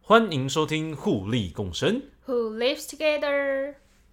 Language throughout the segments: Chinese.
欢迎收听互利共生 Who lives together？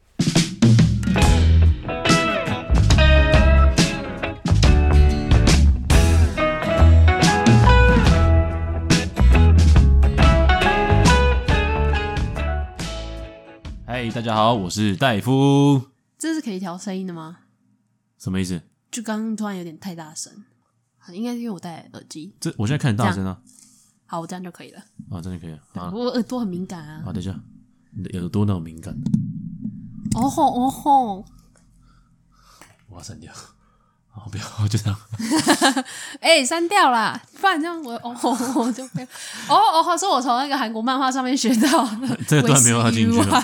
嗨，大家好，我是戴夫。 这是可以调声音的吗？ 什么意思？ 就刚刚突然有点太大声，应该是因为我戴耳机。 我现在看很大声啊。 好，我这样就可以了。 啊，这样就可以了。啊， 我耳朵很敏感啊。 好，等一下，你的耳朵那么敏感。 哦吼哦吼！ 我要删掉。好，不要，就这样。 删掉啦，不然这样我我就不要。哦，是我从那个韩国漫画上面学到的。 这个段没有要进去了。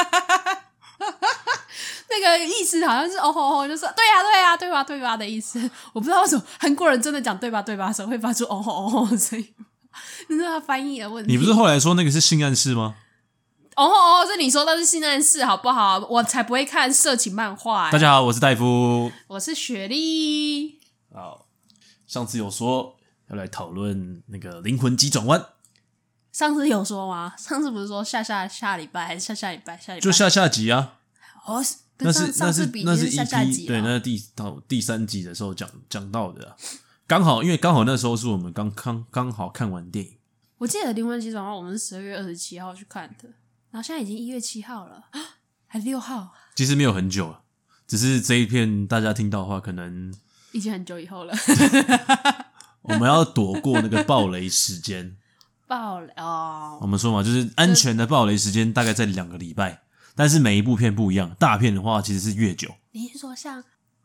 那个意思好像是就是对吧的意思。我不知道为什么韩国人真的讲对吧的时候会发出的声音，那是他翻译的问题。 你不是后来说那个是性暗示吗？ 是你说的是性暗示好不好？我才不会看色情漫画。 大家好，我是戴夫， 我是雪莉。 好，上次有说要来讨论那个灵魂急转弯。 上次有说吗？上次不是说下礼拜还是下礼拜？ 就下集啊。那是下集 EP， 对，那是第3集的时候讲到的、啊。刚好那时候是我们刚好看完电影。 我记得《灵魂急转弯》我们是12月27号去看的，然后现在已经1月7号了，还6号。 其实没有很久了，只是这一片大家听到的话，可能已经很久以后了。 我们要躲过那个爆雷时间。 爆雷哦！ 我们说嘛，就是安全的爆雷时间大概在2个礼拜。但是每一部片不一样，大片的话其实是越久。 你是说像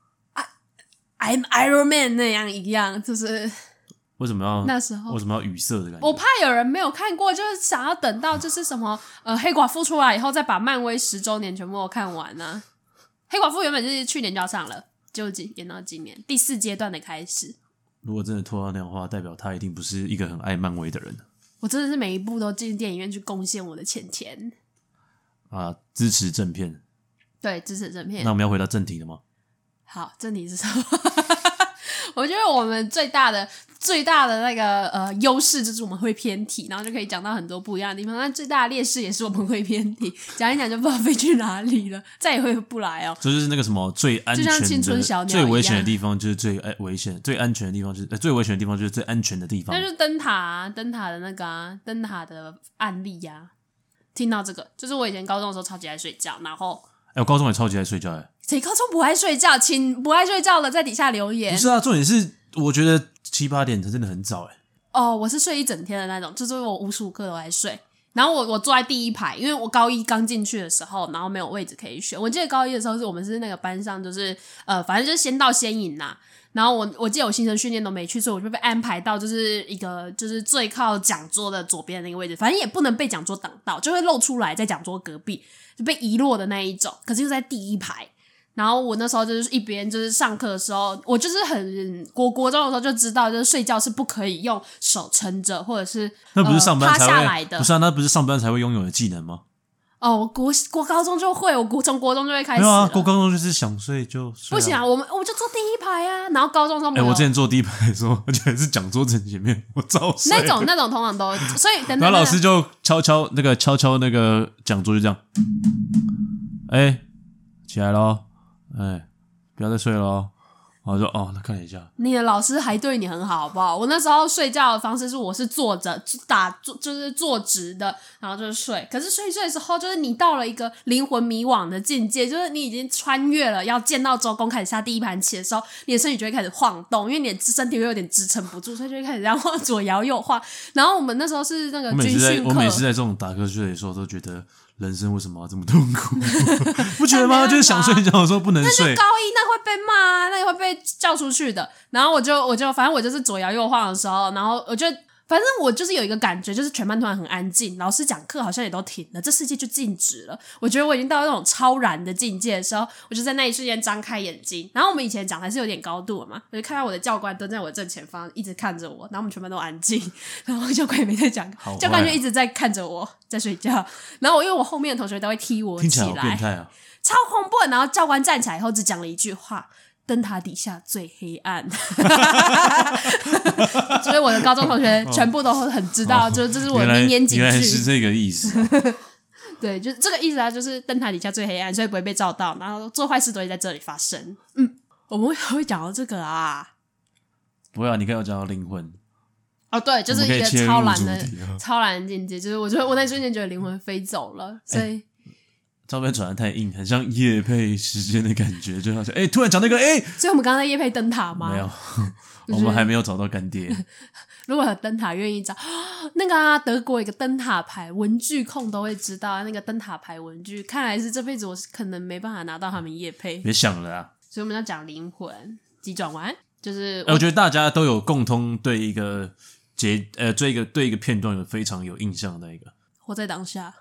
I'm Iron Man 那样一样，就是为什么要那时候为什么要语塞的感觉？ 我怕有人没有看过，就是想要等到就是什么黑寡妇出来以后，再把漫威10周年全部都看完啊。黑寡妇原本就是去年就要上了，就演到今年第4阶段的开始。 如果真的拖到那样的话，代表他一定不是一个很爱漫威的人。 我真的是每一部都进电影院去贡献我的钱。 啊，支持正片。 对，支持正片。 那我们要回到正题了吗？ 好，正题是什么？我觉得我们最大的那个优势就是我们会偏题，然后就可以讲到很多不一样的地方。但最大的劣势也是我们会偏题，讲一讲就不知道飞去哪里了，再也回不来哦。 就是那个什么最安全的、 就像青春小鸟最危险的地方就是最危险，最安全的地方就是最危险的地方就是最安全的地方。 那就是灯塔的那个灯塔的案例呀。听到这个，就是我以前高中的时候超级爱睡觉，然后我高中也超级爱睡觉谁高中不爱睡觉？请不爱睡觉的在底下留言。 不是啊，重点是我觉得7、8点真的很早我是睡一整天的那种，就是我无时无刻都在睡。然后我坐在第一排，因为我高一刚进去的时候，然后没有位置可以选。我记得高一的时候我们是那个班上就是反正就是先到先赢啦。然后我记得我新生训练都没去，所以我就被安排到就是一个就是最靠讲桌的左边的那个位置，反正也不能被讲桌挡到，就会露出来在讲桌隔壁，就被遗落的那一种。可是又在第一排。然后我那时候就是一边就是上课的时候，我就是很国中的时候就知道，就是睡觉是不可以用手撑着，或者是那不是上班才会趴下来的。 不是啊，那不是上班才会拥有的技能吗？ 我国高中就会，我从国中就会开始。 没有啊，国高中就是想睡就睡。 不行啊，我就坐第一排啊。然后高中的时候没有。 我之前坐第一排的时候，而且还是讲桌子前面，我照睡。 那种通常都，所以等然后老师就敲那个讲桌，就这样，起来咯，不要再睡咯。然后就那看一下， 你的老师还对你很好，好不好？我那时候睡觉的方式是我是坐着就是坐直的，然后就是睡。可是睡的时候，就是你到了一个灵魂迷惘的境界，就是你已经穿越了要见到周公开始下第一盘棋的时候，你的身体就会开始晃动，因为你的身体会有点支撑不住，所以就会开始这样左摇右晃。然后我们那时候是那个军训课， 我每次在这种打瞌睡的时候都觉得人生为什么要这么痛苦？不觉得吗？就是想睡觉的时候不能睡。 那就高一那会被骂啊，那会被叫出去的。然后我就反正我就是左摇右晃的时候，然后反正我就是有一个感觉，就是全班突然很安静，老师讲课好像也都停了，这世界就静止了。我觉得我已经到那种超然的境界的时候，我就在那一瞬间张开眼睛。然后我们以前讲台是有点高度的嘛，我就看到我的教官蹲在我的正前方，一直看着我，然后我们全班都安静，然后教官也没在讲，教官就一直在看着我在睡觉。然后因为我后面的同学都会踢我起来， 听起来好变态啊， 超恐怖的。然后教官站起来以后只讲了一句话： 灯塔底下最黑暗，所以我的高中同学全部都很知道，就这是我的名言警句。 原来是这个意思、啊。 对，就是这个意思啊，就是灯塔底下最黑暗，所以不会被照到，然后做坏事都会在这里发生。我们会讲到这个啊？ 不会啊，你刚有讲到灵魂。 哦，对，就是一个超然的境界，就是我觉得我那瞬间觉得灵魂飞走了，所以。 照片转得太硬，很像业配时间的感觉，就好像突然讲那个所以我们刚刚在业配灯塔吗？ 没有，我们还没有找到干爹。 如果有灯塔愿意找那个啊，德国一个灯塔牌文具控都会知道那个灯塔牌文具，看来是这辈子我可能没办法拿到他们业配。 别想了啊！ 所以我们要讲灵魂急转弯，就是我觉得大家都有共通对一个对一个片段非常有印象的那一个， 活在当下。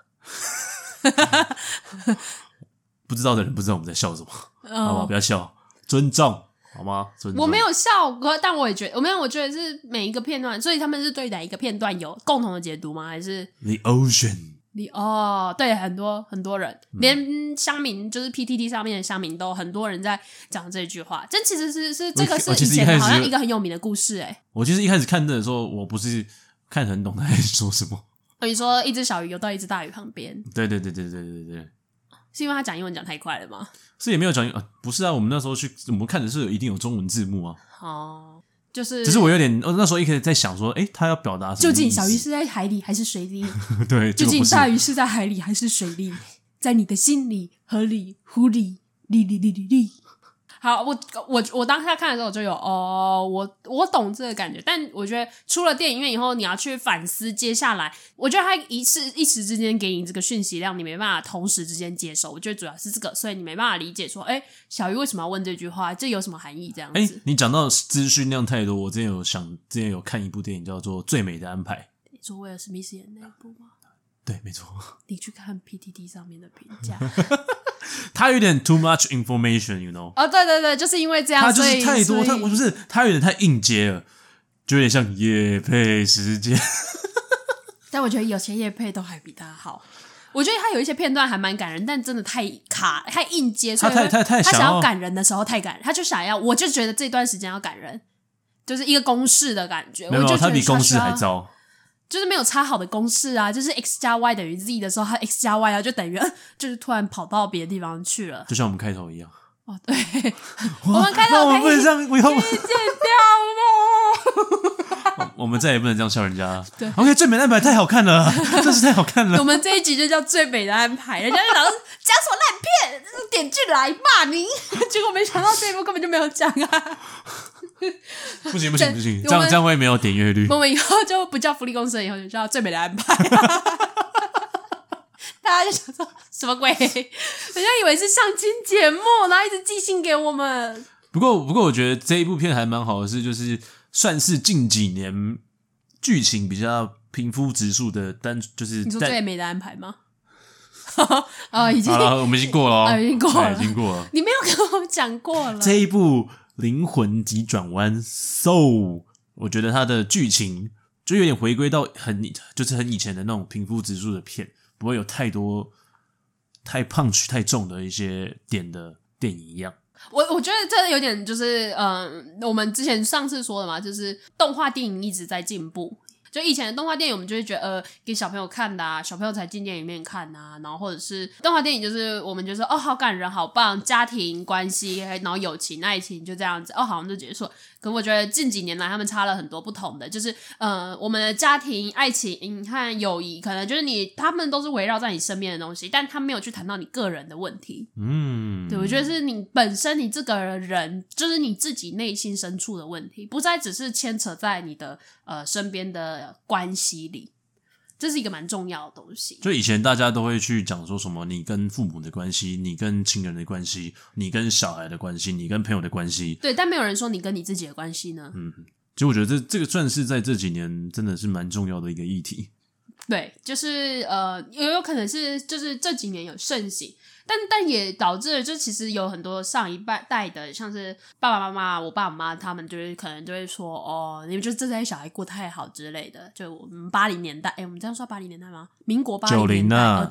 不知道的人不知道我们在笑什么，好吗？不要笑，尊重好吗？尊重。 我没有笑，但我也觉得我觉得是每一个片段，所以他们是对哪一个片段有共同的解读吗？还是 The Ocean？ 对，很多人，连乡民就是 PTT 上面的乡民都很多人在讲这句话。这其实是这个是以前好像一个很有名的故事我其实一开始看的时候，我不是看很懂他在说什么。 你说一只小鱼游到一只大鱼旁边， 对， 是因为他讲英文讲太快了吗？ 是也没有讲不是啊，我们那时候我们看的是一定有中文字幕啊。 就是只是我有点那时候一开始在想说，他要表达什么？ 究竟小鱼是在海里还是水里？ 对， 究竟大鱼是在海里还是水里？在你的心里、河里、湖里，里。好，我当下看的时候我就有我懂这个感觉，但我觉得出了电影院以后，你要去反思接下来，我觉得他一时之间给你这个讯息量，你没办法同时之间接受，我觉得主要是这个，所以你没办法理解说，小鱼为什么要问这句话，这有什么含义这样子。 你讲到资讯量太多，我之前有看一部电影叫做《最美的安排》， 你说威尔史密斯演那一部吗？ 对，没错。 你去看 PTT 上面的评价。 他有点 too much information, you know？ 对，就是因为这样， 他就是太多，他有点太硬接了，就有点像业配时间。 但我觉得有些业配都还比他好。我觉得他有一些片段还蛮感人，但真的太硬接，所以他想要感人的时候太感人，他就想要，我就觉得这段时间要感人，就是一个公式的感觉。 没有， 我就觉得他比公式还糟。 就是没有插好的公式啊，就是 x 加 y 等于 z 的时候，它 x 加 y 啊就等于就是突然跑到别的地方去了， 就像我们开头一样。 对，我们开头我们不能这样，以后剪掉了。我们再也不能这样笑人家。对 ，OK， 最美的安排太好看了，真是太好看了。 我们这一集就叫最美的安排，人家就想说讲什么烂片，点进来骂你，结果没想到这一部根本就没有讲啊。 不行，这样会没有点阅率。 我们以后就不叫福利公司，以后就叫最美的安排。大家就想说什么鬼？人家以为是相亲节目，然后一直寄信给我们。 不过我觉得这一部片还蛮好的，就是算是近几年剧情比较平铺直述的就是你说最美的安排吗？已经好了，我们已经过了已经过了， 已经过了。 你没有跟我讲过了。 这一部灵魂急转弯 Soul， 我觉得它的剧情就有点回归到很以前的那种平铺直述的片，不会有太多太 punch 太重的一些点的电影一样。 我觉得这有点就是我们之前上次说的嘛，就是动画电影一直在进步。就以前的动画电影，我们就会觉得给小朋友看的小朋友才进电影院看然后或者是动画电影，就是我们就说好感人，好棒，家庭关系，然后友情、爱情就这样子，好像就结束了。可我觉得近几年来，他们差了很多不同的，就是我们的家庭、爱情和友谊，可能就是他们都是围绕在你身边的东西，但他没有去谈到你个人的问题。对，我觉得是你本身你这个人，就是你自己内心深处的问题，不再只是牵扯在你的身边的关系里。这是一个蛮重要的东西。 就以前大家都会去讲说什么你跟父母的关系，你跟亲人的关系，你跟小孩的关系，你跟朋友的关系。 对，但没有人说你跟你自己的关系呢。 其实我觉得这个算是在这几年真的是蛮重要的一个议题。 对，就是也有可能是就是这几年有盛行，但也导致了就其实有很多上一代的，像是爸爸妈妈、我爸妈他们就是可能就会说哦，你们就这代小孩过太好之类的。就我们80年代，我们这样说80年代吗？民国80年代 90啊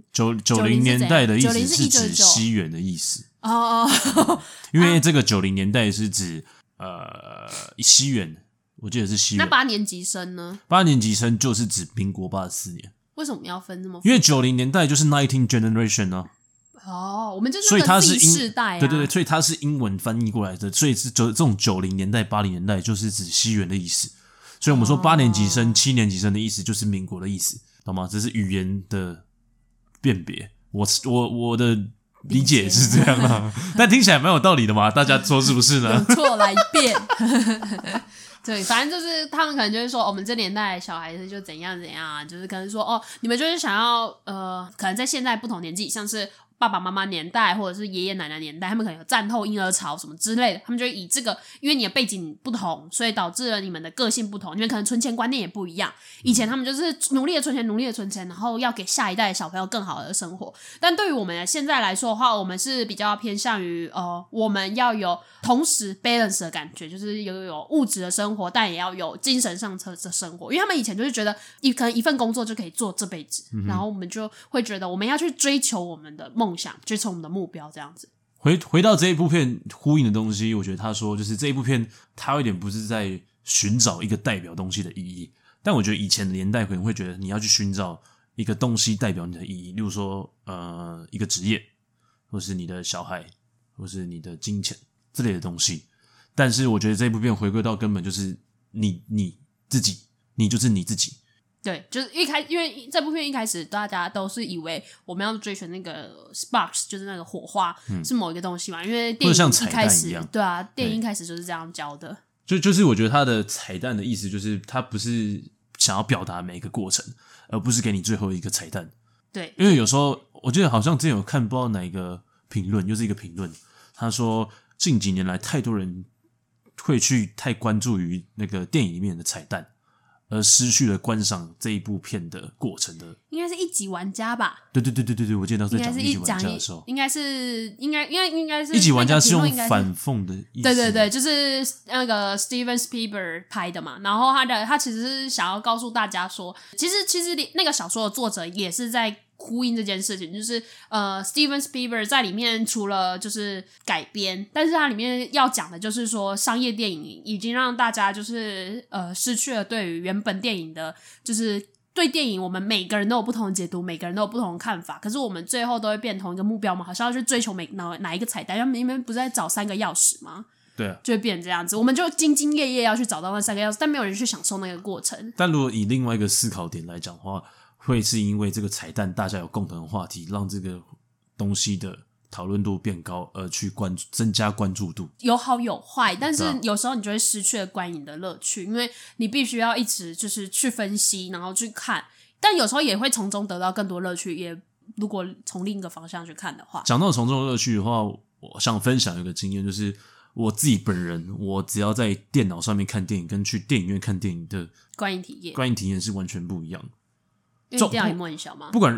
90 年代的意思是指指西元的意思哦， 因为这个90年代是指西元。我记得是西元。 那8年级生呢 ？8年级生就是指民国84年。 为什么要分那么？ 因为90年代就是 19 generation 啊。 哦，我们就是所以它是世代啊。 对对对，所以它是英文翻译过来的，所以是这种90年代、80年代就是指西元的意思。所以我们说8年级生、7年级生的意思就是民国的意思，懂吗？这是语言的辨别。我的理解是这样啊，但听起来蛮有道理的嘛，大家说是不是呢？ 用错来辩。对，反正就是他们可能就是说，我们这年代小孩子就怎样怎样啊，就是可能说哦，你们就是想要可能在现在不同年纪，像是爸爸妈妈年代或者是爷爷奶奶年代，他们可能有战后婴儿潮什么之类的，他们就以这个，因为你的背景不同，所以导致了你们的个性不同，你们可能存钱观念也不一样。以前他们就是努力的存钱，努力的存钱，然后要给下一代的小朋友更好的生活。但对于我们现在来说的话，我们是比较偏向于我们要有同时 balance 的感觉，就是有物质的生活，但也要有精神上的生活。因为他们以前就是觉得可能一份工作就可以做这辈子，然后我们就会觉得我们要去追求我们的梦想，追求我们的目标，这样子。 回到这一部片呼应的东西，我觉得他说就是这一部片，他有点不是在寻找一个代表东西的意义，但我觉得以前的年代可能会觉得你要去寻找一个东西代表你的意义，例如说一个职业，或是你的小孩，或是你的金钱之类的东西。但是我觉得这部片回归到根本就是你自己，你就是你自己。 对，就是因为这部片一开始大家都是以为我们要追寻那个 sparks， 就是那个火花，是某一个东西嘛。因为电影一开始，对啊，电影一开始就是这样教的。 就是我觉得它的彩蛋的意思就是，它不是想要表达每一个过程，而不是给你最后一个彩蛋。 对， 因为有时候我记得好像之前有看不知道哪一个评论，就是一个评论，他说近几年来太多人会去太关注于那个电影里面的彩蛋，而失去了观赏这一部片的过程的。 应该是一级玩家吧？ 对，我记得当时在讲一级玩家的时候， 应该是一级玩家是用反讽的意思。 对，就是那个 Steven Spielberg 拍的嘛。然后他其实是想要告诉大家说，其实那个小说的作者也是在呼应这件事情，就是Steven Spielberg 在里面除了就是改编，但是他里面要讲的就是说，商业电影已经让大家就是失去了对于原本电影的，就是对电影我们每个人都有不同的解读，每个人都有不同的看法，可是我们最后都会变同一个目标嘛，好像要去追求哪一个彩蛋，因为你们不是在找3个钥匙吗？ 对啊， 就会变成这样子，我们就兢兢业业要去找到那3个钥匙，但没有人去享受那个过程。 但如果以另外一个思考点来讲的话，会是因为这个彩蛋大家有共同的话题，让这个东西的讨论度变高，而去增加关注度。 有好有坏，但是有时候你就会失去了观影的乐趣，因为你必须要一直就是去分析，然后去看，但有时候也会从中得到更多乐趣。也如果从另一个方向去看的话， 讲到从中的乐趣的话，我想分享一个经验，就是我自己本人，我只要在电脑上面看电影，跟去电影院看电影的观影体验是完全不一样的。 因为电脑屏幕很小吗？ 不管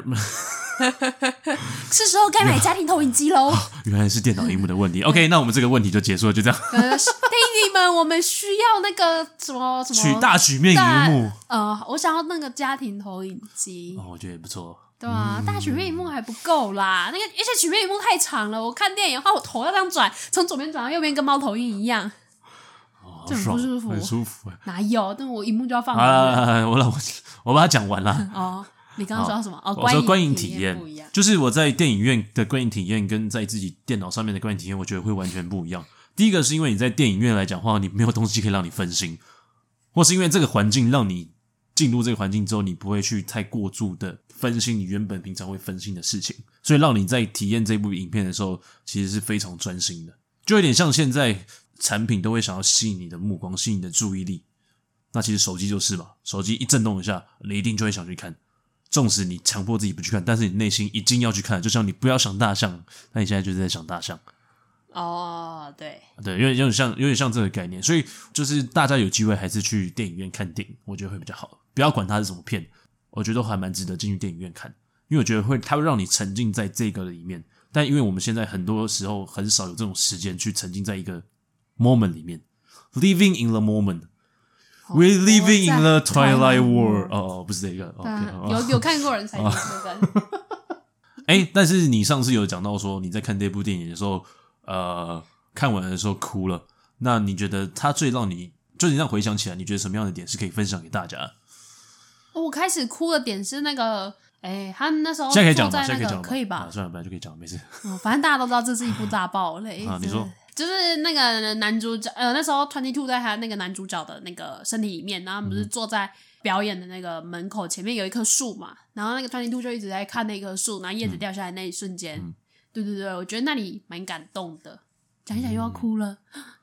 是时候该买家庭投影机喽。 原来是电脑萤幕的问题。OK， 那我们这个问题就结束了，就这样。 弟弟们，我们需要那个什么大曲面萤幕。 我想要那个家庭投影机。 我觉得也不错。 对啊，大曲面萤幕还不够啦，而且曲面萤幕太长了，我看电影的话，我头要这样转，从左边转到右边，跟猫头鹰一样。这很不舒服， 很舒服。 哪有？但我荧幕就要放我把它讲完了。 哦，你刚刚说什么？ 我说观影体验不一样，就是我在电影院的观影体验跟在自己电脑上面的观影体验，我觉得会完全不一样。第一个是因为你在电影院来讲的话，你没有东西可以让你分心，或是因为这个环境让你进入这个环境之后，你不会去太过度的分心你原本平常会分心的事情，所以让你在体验这部影片的时候，其实是非常专心的，就有点像现在产品都会想要吸引你的目光，吸引你的注意力。那其实手机就是嘛，手机一震动一下，你一定就会想去看。纵使你强迫自己不去看，但是你内心一定要去看。就像你不要想大象，那你现在就是在想大象。 哦，对， 有点像这个概念。所以就是大家有机会还是去电影院看电影，我觉得会比较好。不要管它是什么片， 我觉得都还蛮值得进去电影院看，因为我觉得它会让你沉浸在这个里面。但因为我们现在很多时候很少有这种时间去沉浸在一个 moment 里面 ，living in the moment。We're living in the twilight world。哦，不是这个。 有看过人才有这个。 但是你上次有讲到说你在看这部电影的时候，看完的时候哭了。那你觉得它最让你，就你这样回想起来，你觉得什么样的点是可以分享给大家？ 我开始哭的点是那个，他们那时候现在可以讲吗？ 坐在那现在可以讲吗？ 个可以吧？ 算了，本来就可以讲，没事。 反正大家都知道这是一部大爆雷。 你说。 就是那个男主角，那时候 22在他那个男主角的那个身体里面，然后他们不是坐在表演的那个门口前面有一棵树嘛，然后那个22就一直在看那棵树，然后叶子掉下来那一瞬间，对对对，我觉得那里蛮感动的。讲一讲又要哭了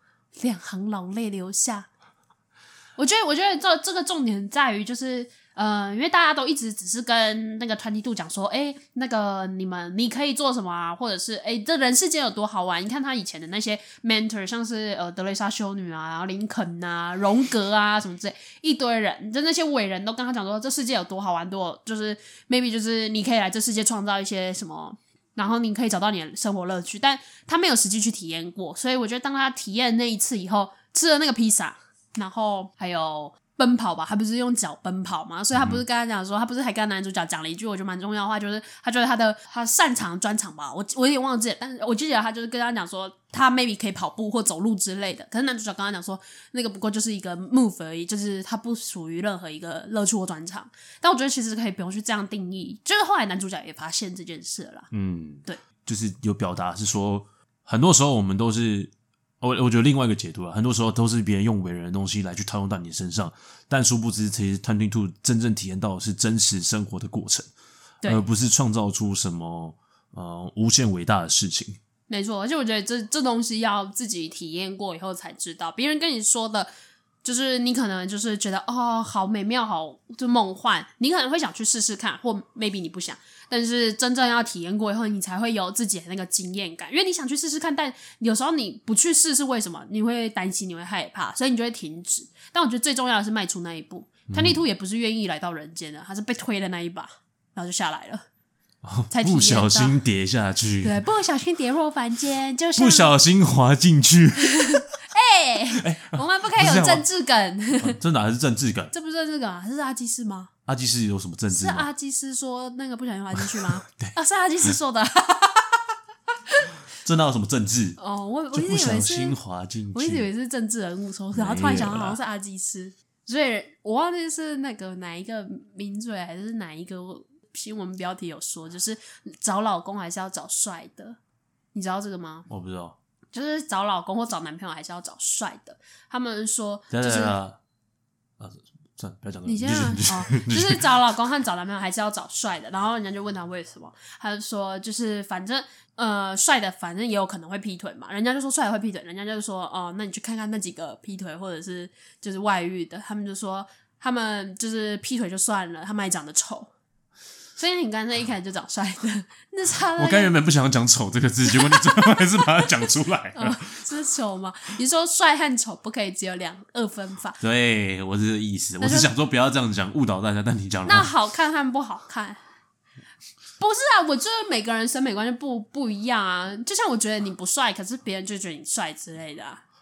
，2行老泪流下。我觉得这个重点在于就是因为大家都一直只是跟那个22讲说，那个你可以做什么啊，或者是这人世间有多好玩。你看他以前的那些 mentor， 像是德蕾莎修女啊，然后林肯啊、荣格啊什么之类，一堆人，就那些伟人都跟他讲说，这世界有多好玩，就是 maybe 就是你可以来这世界创造一些什么，然后你可以找到你的生活乐趣，但他没有实际去体验过。所以我觉得当他体验那一次以后，吃了那个披萨，然后还有奔跑吧，他不是用脚奔跑嘛，所以他不是跟他讲说，他不是还跟男主角讲了一句我觉得蛮重要的话，就是他觉得他擅长专长吧，我有点忘记了，但是我记得他就是跟他讲说他 maybe 可以跑步或走路之类的，可是男主角跟他讲说那个不过就是一个 move 而已，就是他不属于任何一个乐趣或专长。但我觉得其实可以不用去这样定义，就是后来男主角也发现这件事了啦。对， 就是有表达是说，很多时候我们都是。我觉得另外一个解读很多时候都是别人用伟人的东西来去套用到你身上，但殊不知其实22真正体验到的是真实生活的过程，而不是创造出什么无限伟大的事情。 没错，而且我觉得这东西要自己体验过以后才知道，别人跟你说的就是你可能就是觉得好美妙，好就梦幻，你可能会想去试试看，或 maybe 你不想，但是真正要体验过以后，你才会有自己的那个经验感。因为你想去试试看，但有时候你不去试是为什么？你会担心，你会害怕，所以你就会停止。但我觉得最重要的是迈出那一步。22也不是愿意来到人间的，他是被推的那一把，然后就下来了。才不小心跌下去， 对，不小心跌落凡间，就像不小心滑进去。 我们不可以有政治梗。 这哪是政治梗？ 这不是政治梗啊，这是阿基斯吗？ 阿基斯有什么政治吗？ 是阿基斯说那个不小心滑进去吗？对，是阿基斯说的。 这哪有什么政治？ 我一直以为不小心滑进去， 我一直以为是政治人物说，然后突然想到好像是阿基斯，所以我忘记是那个哪一个名嘴还是哪一个新闻标题有说，就是找老公还是要找帅的，你知道这个吗？ 我不知道。 就是找老公或找男朋友还是要找帅的。他们说就是算了，不要讲这个。 你先就是找老公和找男朋友还是要找帅的。然后人家就问他为什么，他就说就是反正帅的反正也有可能会劈腿嘛。人家就说帅的会劈腿，人家就说那你去看看那几个劈腿或者是就是外遇的，他们就说他们就是劈腿就算了，他们还长得丑。所以你刚才一开始就找帅的，那差了。 我刚原本不想讲丑这个字，结果你最后还是把它讲出来了。 是丑吗？你说帅和丑不可以只有二分法？ 对，我是这个意思。我是想说不要这样讲，误导大家。但你讲那好看和不好看，不是啊？我觉得每个人审美观就不一样啊。就像我觉得你不帅，可是别人就觉得你帅之类的啊。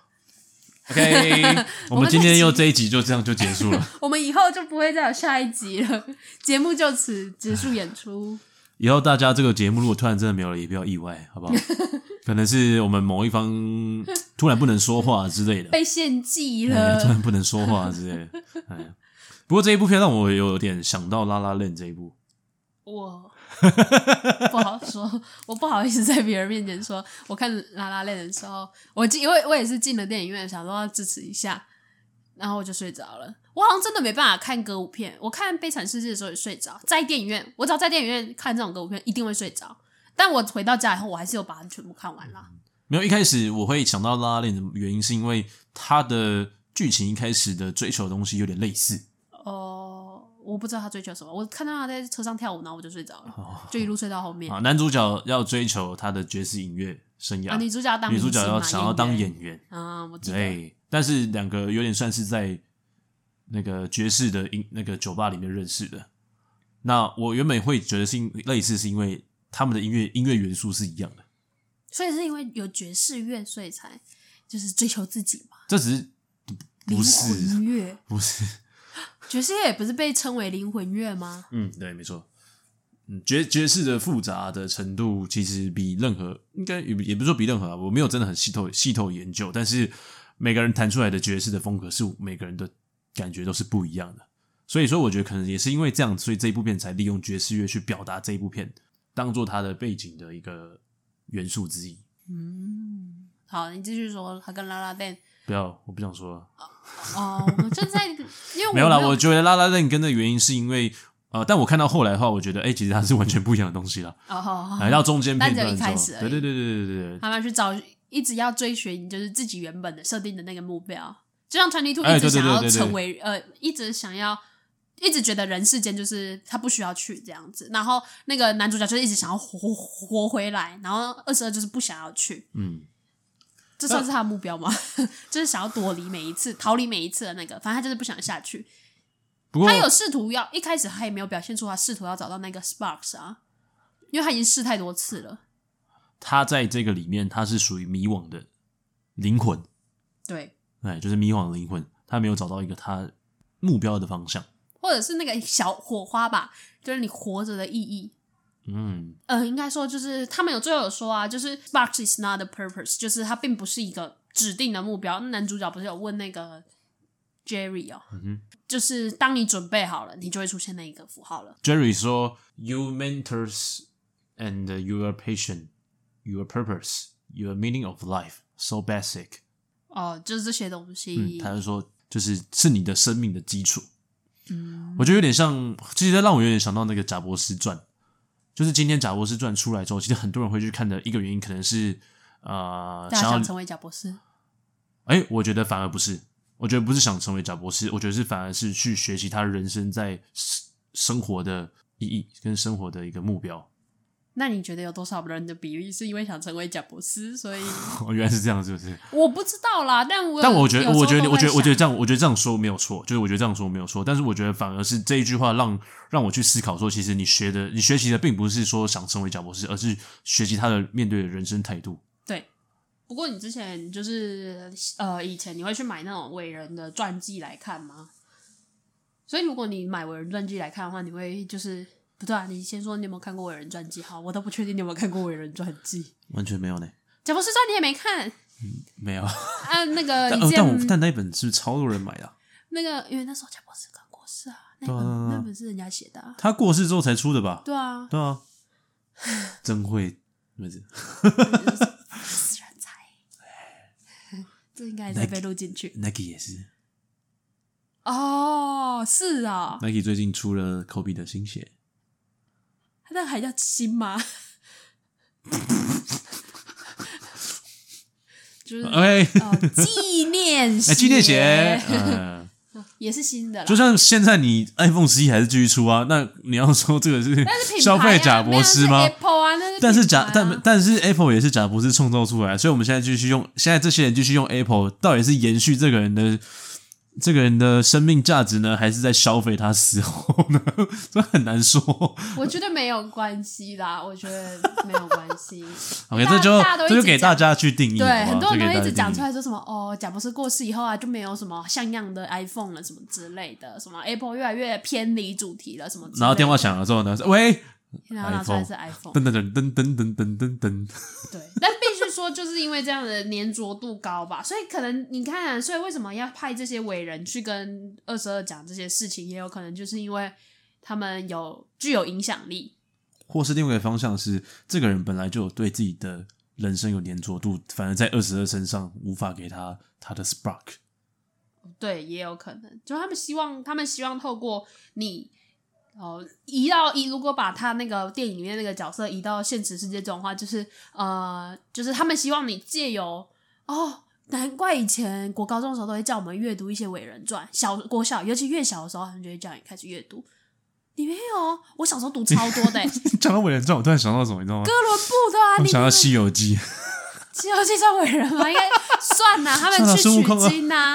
OK， 我们今天又这一集就这样就结束了。 我们以后就不会再有下一集了，节目就此结束演出。 以后大家这个节目如果突然真的没有了，也不要意外，好不好？可能是我们某一方突然不能说话之类的， 被献祭了， 突然不能说话之类的。不过这一部片让我有点想到《La La Land》这一部。 我不好说，我不好意思在别人面前说。我看《La La Land》的时候，因为我也是进了电影院，想说要支持一下，然后我就睡着了。我好像真的没办法看歌舞片，我看《悲惨世界》的时候也睡着。在电影院，我只要在电影院看这种歌舞片，一定会睡着。但我回到家以后，我还是有把它全部看完了。 没有，一开始我会想到《La La Land》的原因，是因为它的剧情一开始的追求的东西有点类似。 我不知道他追求什么，我看到他在车上跳舞，然后我就睡着了，就一路睡到后面。 男主角要追求他的爵士音乐生涯， 女主角要想要当演员我记得。 对，但是两个有点算是在那个爵士的那个酒吧里面认识的， 那我原本会觉得类似，是因为他们的音乐元素是一样的， 所以是因为有爵士乐，所以才就是追求自己嘛。 这只是不是灵魂乐， 不是爵士乐也不是被称为灵魂乐吗？ 对，没错。爵士的复杂的程度其实比任何应该也不是说比任何我没有真的很细透研究，但是每个人弹出来的爵士的风格是每个人的感觉都是不一样的，所以说我觉得可能也是因为这样，所以这一部片才利用爵士乐去表达这一部片，当做它的背景的一个元素之一。 好，你继续说，他跟拉拉链。 不要，我不想说了。 我就在，因为没有啦，我觉得拉拉链跟的原因是因为但我看到后来的话，我觉得其实它是完全不一样的东西啦。来到中间片段之后，对， 他们去找一直要追寻就是自己原本的设定的那个目标，就像22一直想要成为一直想要。一直觉得人世间就是他不需要去这样子，然后那个男主角就是一直想要活回来，然后22就是不想要去。这算是他的目标吗？就是想要逃离每一次的那个，反正他就是不想下去。不过他有试图一开始他也没有表现出他试图要找到那个 Sparks 啊，因为他已经试太多次了。 他在这个里面他是属于迷惘的灵魂， 对， 就是迷惘的灵魂，他没有找到一个他目标的方向。 或者是那个小火花吧，就是你活着的意义。应该说就是他们最后有说啊，就是 Sparks is not a purpose， 就是它并不是一个指定的目标。男主角不是有问那个 Jerry 就是当你准备好了，你就会出现那一个符号了。 Jerry 说 You mentors and your passion, your purpose, your meaning of life, so basic。 就是这些东西。 他就说是你的生命的基础。我觉得有点像，其实让我有点想到那个贾博士传，就是今天贾博士传出来之后，其实很多人会去看的一个原因，可能是大家想成为贾博士。 我觉得反而不是，我觉得不是想成为贾博士，我觉得反而是去学习他人生在生活的意义跟生活的一个目标。 那你觉得有多少人的比例是因为想成为贾博士，所以原来是这样，是不是？ 我不知道啦，但我觉得这样说没有错，就是我觉得这样说没有错，但是我觉得反而是这一句话让我去思考说，其实你学习的并不是说想成为贾博士，而是学习他的面对的人生态度。 对，不过你之前就是以前你会去买那种伟人的传记来看吗？所以如果你买伟人传记来看的话，你会就是不对啊？你先说你有没有看过伟人传记？好，我都不确定你有没有看过伟人传记。 完全没有呢。 贾博士传你也没看？ 没有那个但那本是不是超多人买的那个因为那时候贾博士刚过世啊，那本是人家写的他过世之后才出的吧？ 对啊， 真会死人才，这应该再被录进去。 Nike 也是是啊 Nike 最近出了 Kobe 的新鞋， 那还叫新吗？就是纪念鞋也是新的啦， 就像现在你 iPhone 11还是继续出啊，那你要说这个是消费贾博士吗？但是 Apple 也是贾博士创造出来，所以我们现在这些人继续用 Apple， 到底是延续这个人的生命价值呢，还是在消费他死后呢？这很难说。 我觉得没有关系啦，我觉得没有关系。 OK， 这就给大家去定义。 对，很多人都一直讲出来说什么贾博士过世以后啊，就没有什么像样的 iPhone 了，什么之类的，什么 Apple 越来越偏离主题了，什么之类的。 然后电话响了之后呢，喂， 然后拿出来是 iPhone， 噔噔噔噔噔噔噔噔噔。 对，但必须说，就是因为这样的粘着度高吧，所以可能你看，所以为什么要派这些伟人去跟22讲这些事情，也有可能就是因为他们具有影响力， 或是另外一个方向是，这个人本来就有对自己的人生有粘着度，反而在22身上无法给他的 spark。 对，也有可能，就他们希望透过你。如果把他那个电影里面那个角色移到现实世界中的话，就是他们希望你借由难怪以前国高中的时候都会叫我们阅读一些伟人传，国小尤其越小的时候，他们就会叫你开始阅读。你没有？我小时候读超多的讲到伟人传，我突然想到什么，你知道吗？ 哥伦布的啊， 我想到《西游记》。 西游记算伟人吗？应该算啊，他们去取经啊。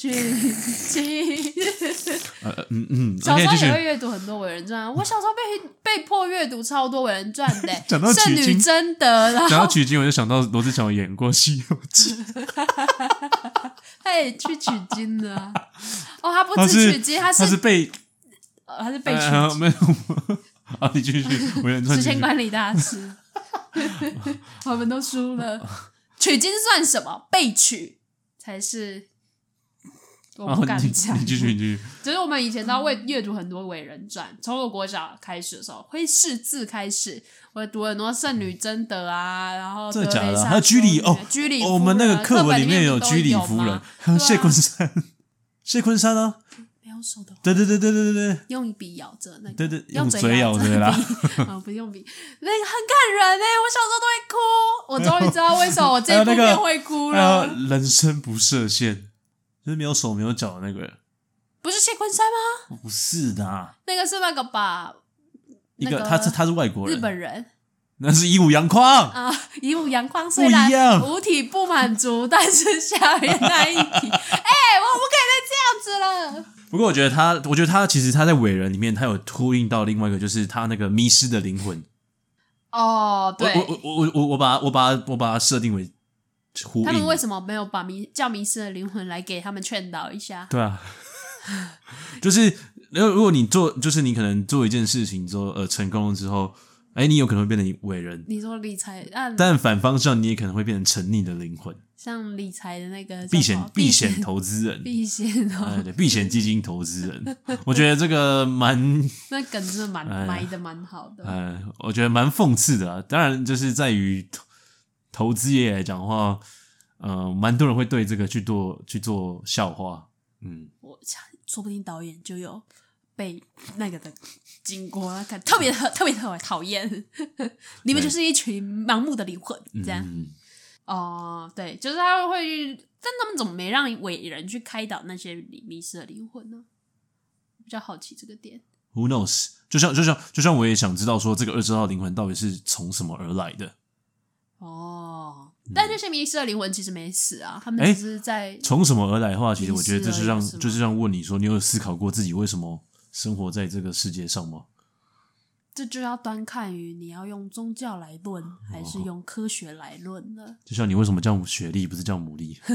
取经。小 OK， 时候继续也会阅读很多伪人传，我小时候被迫阅读超多伪人传的、 讲到圣女取经贞德，然后讲到取经，我就想到罗志祥有演过《西游记》， 他也去取经了、啊。哦，他不他止取经，他是被他是被取经。 没有。好，你继续伪人传。 时间管理大师，我们都输了。取经算什么？被取才是。我不敢讲、 你继续。 就是我们以前都要阅读很多伪人传，从我国小开始的时候，会识字开始，我读很多圣女贞德啊，然后真的假的？ 德蕾莎还有居里居里夫人， 我们那个课本里面有居里有夫人，还有谢坤山，谢坤山啊， 没有手的， 对， 用笔咬着那个， 对， 用嘴咬着啦， 不用笔，那个很感人我小时候都会哭，我终于知道为什么我这部片会哭了。 还有人生不设限，就是没有手没有脚的那个人， 不是谢坤山吗？ 不是的， 那个是那个吧？ 一个他是外国人， 日本人。 那是以武扬匡啊，以武扬匡虽然五体不满足，但是下面那一体，我不可以再这样子了。 不过我觉得他其实他在伟人里面，他有呼应到另外一个，就是他那个迷失的灵魂。 哦，对， 我把它设定为呼应。 他们为什么没有把叫迷失的灵魂来给他们劝导一下？ 对啊，就是如果你就是你可能做一件事情之后，成功了之后。你有可能会变成伟人。 你说理财但反方向你也可能会变成沉溺的灵魂， 像理财的那个避险投资人， 避险对，避险基金投资人，我觉得这个那梗真的埋的蛮好的， 我觉得蛮讽刺的啊。当然，就是在于投资业来讲的话，蛮多人会对这个去做笑话。 我想说不定导演就有被那个的经过，特别讨厌，你们就是一群盲目的灵魂，这样。对，就是他会，但他们怎么没让伟人去开导那些迷失的灵魂呢？比较好奇这个点。 Who knows？ 就像我也想知道说，这个20号灵魂到底是从什么而来的。 但这些迷失的灵魂其实没死啊，他们只是在从什么而来的话，其实我觉得这是让问你说，你有思考过自己为什么生活在这个世界上吗？ 这就要端看于你要用宗教来论，还是用科学来论了。 就像你为什么叫雪莉，不是叫牡蛎？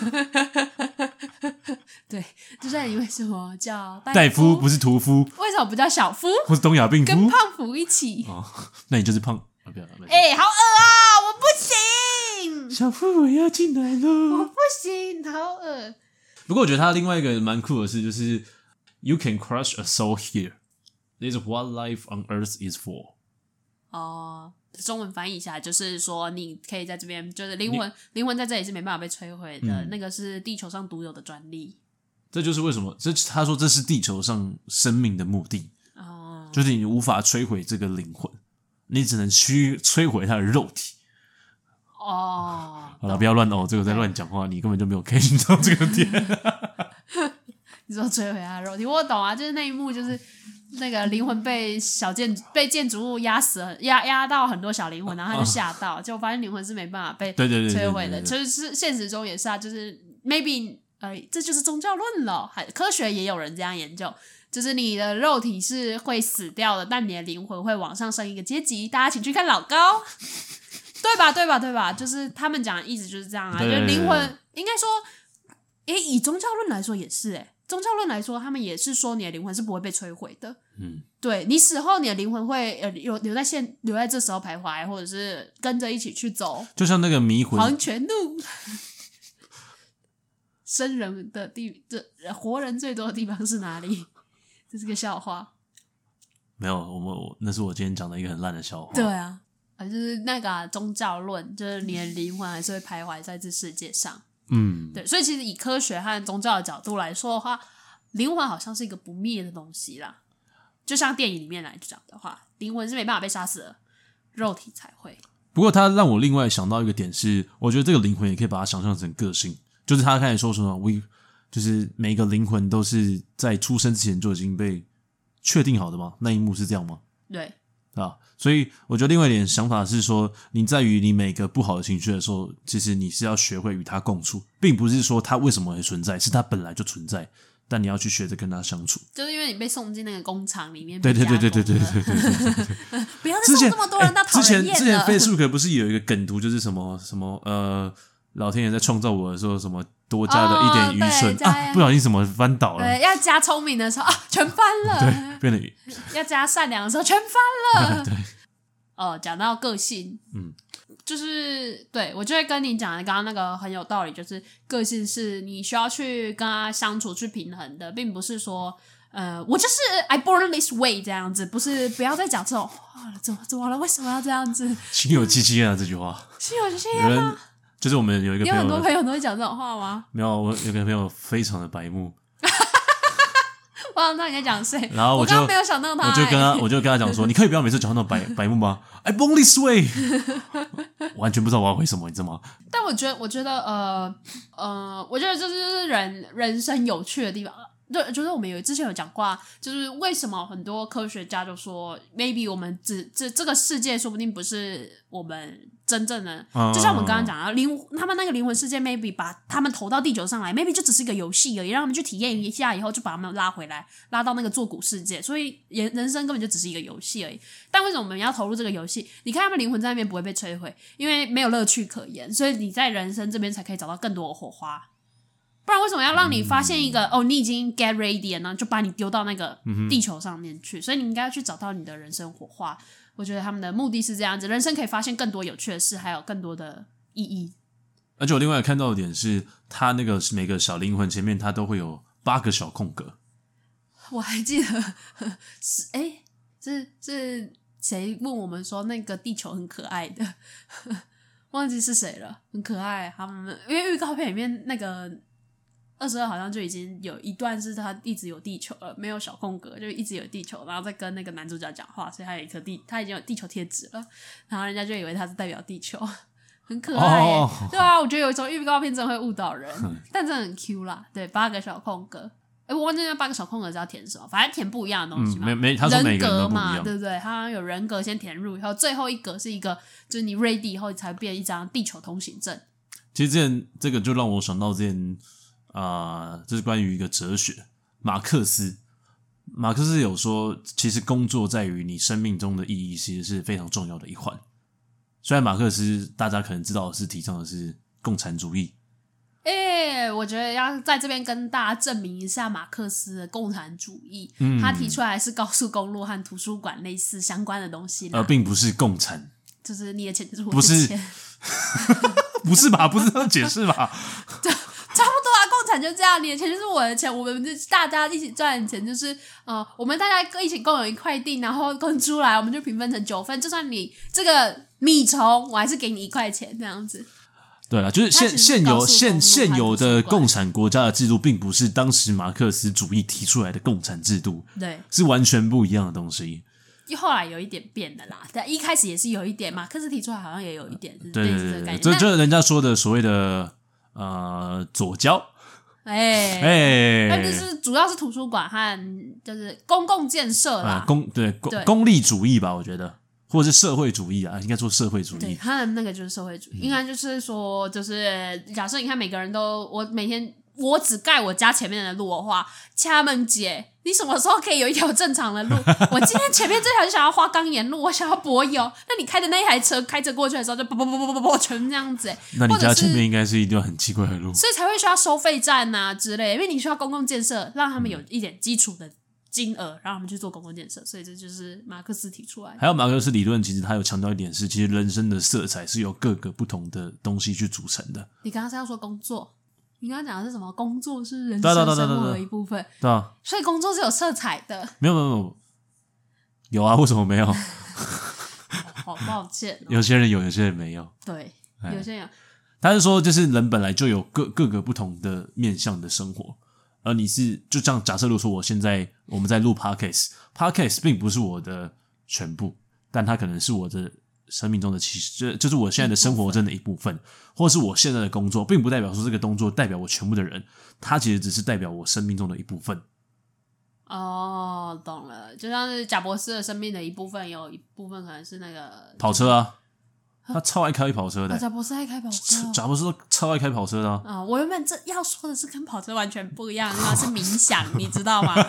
对，就像你为什么叫戴夫，不是屠夫？ 为什么不叫小夫？ 或是东亚病夫？ 跟胖虎一起？ 那你就是胖。不要， 好恶啊！我不行， 小夫我要进来了， 我不行，好恶。 不过我觉得他另外一个蛮酷的事就是 ，You can crush a soul here. This is what life on Earth is for. 中文翻译一下就是说，你可以在这边，就是灵魂在这里是没办法被摧毁的，那个是地球上独有的专利。 这就是为什么他说这是地球上生命的目的，就是你无法摧毁这个灵魂，你只能去摧毁它的肉体。好了，不要乱这个在乱讲话，你根本就没有 catch 到这个点。 你说摧毁他的肉体，我懂啊，就是那一幕，就是那个灵魂被建筑物压死了，压到很多小灵魂，然后他就吓到，结果发现灵魂是没办法被摧毁的。就是现实中也是啊，就是 maybe 这就是宗教论了，科学也有人这样研究，就是你的肉体是会死掉的，但你的灵魂会往上升一个阶级。大家请去看老高，对吧？就是他们讲的意思就是这样啊，就是灵魂应该说，以宗教论来说也是宗教论来说，他们也是说你的灵魂是不会被摧毁的。对，你死后你的灵魂会留在这时候徘徊，或者是跟着一起去走。 就像那个迷魂黄泉路，生人的活人最多的地方是哪里？这是个笑话。 没有，那是我今天讲的一个很烂的笑话。 对啊，就是那个宗教论，就是你的灵魂还是会徘徊在这世界上。对，所以其实以科学和宗教的角度来说的话，灵魂好像是一个不灭的东西啦。就像电影里面来讲的话，灵魂是没办法被杀死的，肉体才会。 不过他让我另外想到一个点是，我觉得这个灵魂也可以把它想象成个性，就是他开始说什么，就是每个灵魂都是在出生之前就已经被确定好的吗？那一幕是这样吗？ 对， 啊。所以我觉得另外一点想法是说，你在于你每个不好的情绪的时候，其实你是要学会与它共处，并不是说它为什么会存在，是它本来就存在，但你要去学着跟它相处。 就是因为你被送进那个工厂里面， 对，不要再送这么多人到讨人厌了。 之前 Facebook 不是有一个梗图，就是什么老天爷在创造我的时候，什么多加了一点愚蠢不小心什么翻倒了。 对，要加聪明的时候全翻了。 对，变得要加善良的时候全翻了。 对。 讲到个性，就是对我就会跟你讲的，刚刚那个很有道理，就是个性是你需要去跟他相处去平衡的，并不是说我就是 I born this way 这样子，不要再讲这种话了，怎么了？为什么要这样子？ 心有戚戚啊，这句话。 心有戚戚啊。 就是我们有一个朋友， 有很多朋友都会讲这种话吗？ 没有，我有个朋友非常的白目。 我想知道你在讲谁， 然后我刚刚没有想到他， 我就跟他讲说，你可以不要每次讲那种白目吗 ？I born this way， 完全不知道我要回什么，你知道吗？ 但我觉得我觉得这就是人生有趣的地方。对，就是我们之前有讲过，就是为什么很多科学家就说 ，maybe 我们这个世界说不定不是我们真正的，就像我们刚刚讲的他们那个灵魂世界 ，maybe 把他们投到地球上来 ，maybe 就只是一个游戏而已，让他们去体验一下，以后就把他们拉回来，拉到那个坐骨世界，所以人生根本就只是一个游戏而已。但为什么我们要投入这个游戏？你看他们灵魂在那边不会被摧毁，因为没有乐趣可言，所以你在人生这边才可以找到更多的火花。不然为什么要让你发现一个你已经 get ready 了呢？就把你丢到那个地球上面去，所以你应该去找到你的人生火花。我觉得他们的目的是这样子，人生可以发现更多有趣的事，还有更多的意义。 而且我另外看到的点是，他那个每个小灵魂前面，他都会有8个小空格。 我还记得是谁问我们说那个地球很可爱的，忘记是谁了，很可爱。他们因为预告片里面那个22好像就已经有一段是他一直有地球了，没有小空格，就一直有地球，然后再跟那个男主角讲话，所以他有一颗他已经有地球贴纸了，然后人家就以为他是代表地球，很可爱耶。对啊，我觉得有一种预告片真的会误导人，但真的很 Q 啦。对，8个小空格，我忘记那8个小空格是要填什么，反正填不一样的东西嘛。 他说每个人都不一样， 人格嘛，对不对？他有人格先填入，以后最后一格是一个，就是你 ready 以后才变一张地球通行证。 其实之前这个就让我想到之前这是关于一个哲学，马克思有说，其实工作在于你生命中的意义，其实是非常重要的一环。虽然马克思大家可能知道的是提倡的是共产主义， 我觉得要在这边跟大家证明一下马克思的共产主义，他提出来是高速公路和图书馆类似相关的东西啦， 并不是共产， 就是你的钱就是我的钱， 不是吧？不是这样解释吧？ 差不多啊，共产就这样，你的钱就是我的钱，我们就大家一起赚钱，就是我们大家一起共有一块地，然后分出来，我们就平分成9份，就算你这个米虫，我还是给你1块钱这样子。 对啦，就是现有的共产国家的制度，并不是当时马克思主义提出来的共产制度， 对， 是完全不一样的东西。 后来有一点变的啦，但一开始也是有一点，马克思提出来好像也有一点， 对类似的概念。 这就是人家说的所谓的左交， 那就是主要是图书馆和就是公共建设啦， 公利主义吧，我觉得。或者是社会主义啊，应该说社会主义。 对，他的那个就是社会主义，应该就是说，就是假设你看每个人都，我只盖我家前面的路的话，掐门姐，你什么时候可以有一条正常的路？我今天前面这条就想要花岗岩路，我想要柏油，那你开的那一台车开着过去的时候就啵全这样子那你家前面应该是一段很奇怪的路， 所以才会需要收费站啊之类的，因为你需要公共建设，让他们有一点基础的金额让他们去做公共建设，所以这就是马克思提出来的。 还有马克思理论，其实他有强调一点是，其实人生的色彩是由各个不同的东西去组成的。 你刚刚是要说工作，你刚刚讲的是什么？工作是人生生活的一部分， 对啊， 所以工作是有色彩的。 没有，有啊，为什么没有？ 好抱歉有些人有，有些人没有。 对，有些人有。 他是说，就是人本来就有各个不同的面向的生活。而你是就这样假设，如果说我们在录 podcast 并不是我的全部，但它可能是我的生命中的就是我现在的生活中的一部分，或是我现在的工作，并不代表说这个工作代表我全部的人，它其实只是代表我生命中的一部分。 哦，懂了，就像是贾博士的生命的一部分，有一部分可能是那个跑车啊，他超爱开跑车的、 贾博士爱开跑车、哦。 贾博士都超爱开跑车的啊。 我原本这要说的是跟跑车完全不一样，那是冥想，你知道吗？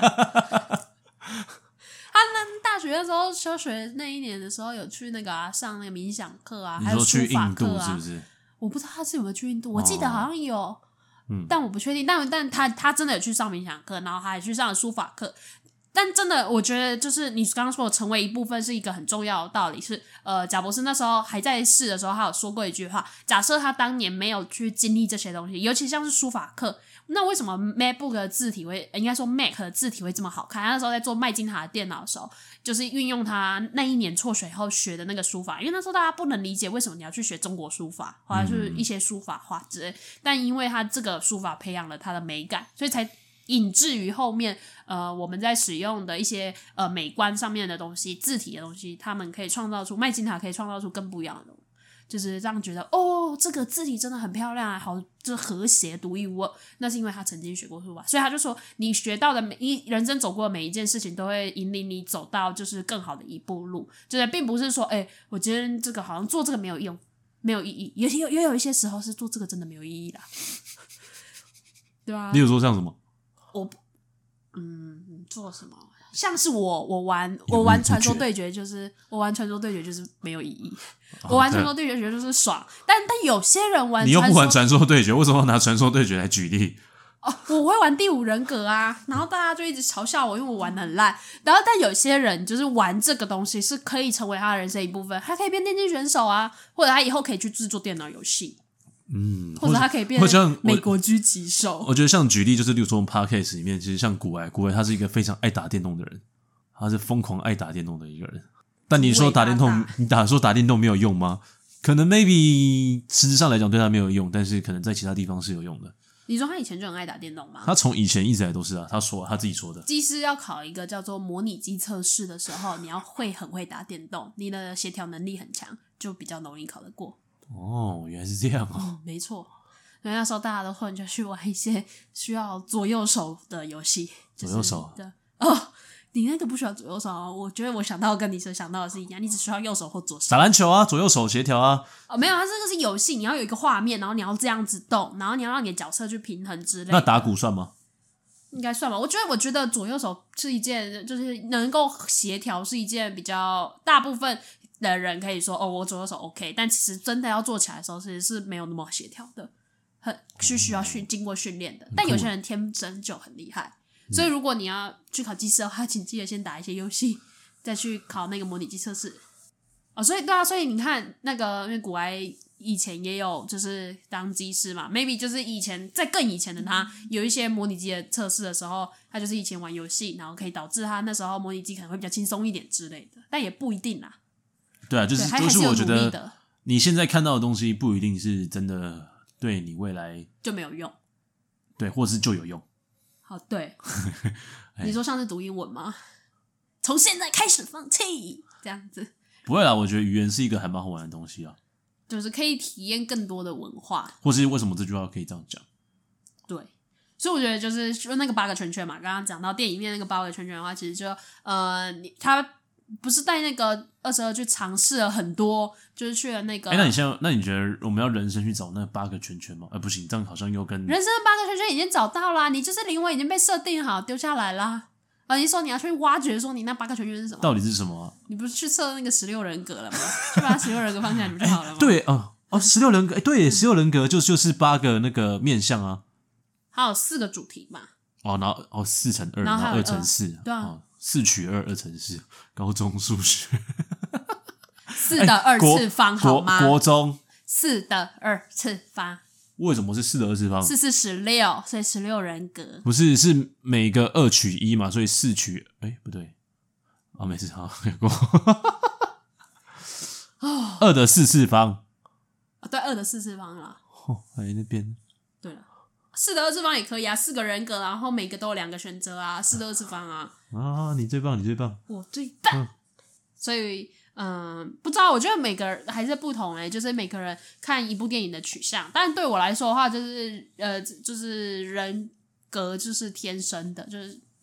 他那大学的时候休学那一年的时候，有去那个上那个冥想课啊， 你说去印度还有书法课啊， 是不是？ 我不知道他是有没有去印度，我记得好像有， 嗯， 但我不确定。但他真的有去上冥想课，然后他还去上了书法课。但真的，我觉得就是你刚刚说的成为一部分是一个很重要的道理。是贾博士那时候还在世的时候，他有说过一句话：假设他当年没有去经历这些东西，尤其像是书法课，那为什么 MacBook 的字体会，应该说 Mac 的字体会这么好看？他那时候在做麦金塔的电脑的时候，就是运用他那一年辍学后学的那个书法，因为那时候大家不能理解为什么你要去学中国书法，或者是一些书法画之类，但因为他这个书法培养了他的美感，所以才引致于后面我们在使用的一些美观上面的东西，字体的东西，他们可以创造出麦金塔可以创造出更不一样的东西，就是让觉得哦，这个字体真的很漂亮啊，好，就是和谐独一无二。那是因为他曾经学过书法，所以他就说，你学到的人生走过的每一件事情，都会引领你走到就是更好的一步路。就是并不是说，我今天这个好像做这个没有用，没有意义，也有一些时候是做这个真的没有意义啦，对吧？ 例如说像什么？ 做什么？像是我玩传说对决，就是没有意义。我玩传说对决就是爽，但有些人玩， 你又不玩传说对决，为什么要拿传说对决来举例？ 我会玩第五人格啊，然后大家就一直嘲笑我，因为我玩得很烂。然后但有些人就是玩这个东西是可以成为他的人生一部分，他可以变电竞选手啊，或者他以后可以去制作电脑游戏。或者他可以变成美国狙击手。 我觉得像举例就是，例如说 Podcast 里面，其实像古埃他是一个非常爱打电动的人，他是疯狂爱打电动的一个人。但你说打电动，说打电动没有用吗？可能 maybe 实质上来讲对他没有用，但是可能在其他地方是有用的。 你说他以前就很爱打电动吗？ 他从以前一直来都是啊，他自己说的。 技师要考一个叫做模拟机测试的时候，你要很会打电动，你的协调能力很强，就比较容易考得过。 哦，原来是这样哦。 没错。所以那时候大家都混就去玩一些需要左右手的游戏。 左右手的你那个不需要左右手我觉得我想到跟你想到的是一样，你只需要右手或左手。 打篮球啊，左右手协调啊。 没有，它这个是游戏，你要有一个画面，然后你要这样子动，然后你要让你的角色去平衡之类的。 那打鼓算吗？ 应该算吧。我觉得左右手是一件，就是能够协调是一件比较大部分的人可以说我左右手 OK， 但其实真的要做起来的时候，其实是没有那么协调的，是需要经过训练的。但有些人天生就很厉害，所以如果你要去考技师的话，请记得先打一些游戏，再去考那个模拟机测试。所以你看那个，因为古埃以前也有就是当技师嘛 ，maybe 就是以前在更以前的他有一些模拟机的测试的时候，他就是以前玩游戏，然后可以导致他那时候模拟机可能会比较轻松一点之类的，但也不一定啦。 对啊，就是我觉得你现在看到的东西不一定是真的对你未来就没有用， 对，或是就有用。 好，对，你说像是读英文吗？从现在开始放弃这样子。 不会啦，我觉得语言是一个还蛮好玩的东西啊， 就是可以体验更多的文化， 或是为什么这句话可以这样讲？ 对，所以我觉得就是那个8个圈圈嘛，刚刚讲到电影里面那个8个圈圈的话，其实就他不是带那个22去尝试了很多，就是去了那个。 那你觉得我们要人生去找那8个圈圈吗？不行，这样好像又跟人生的8个圈圈已经找到啦，你就是灵魂已经被设定好丢下来啦。你说你要去挖掘，说你那8个圈圈是什么？ 到底是什么你不是去测那个16人格了吗？去把16人格放下来，你不就好了吗？ 对16人格，对，16人格就是8个那个面向啊， 还有4个主题嘛。 然后4×2，然后2×4， 对啊 ，4×2，2×4，高中数学 4的2次方好吗？ 国中 4的2次方。 为什么是4的2次方 ？4是16，所以16人格。 不是，是每个2取1嘛，所以4取不对没事，好过2的4次方。 对，2的4次方啦。 那边对了，4的2次方也可以啊，4个人格，然后每个都有2个选择啊，4的2次方啊。 你最棒，你最棒， 我最棒。所以不知道，我觉得每个人还是不同就是每个人看一部电影的取向。但对我来说的话，就是人格就是天生的，就是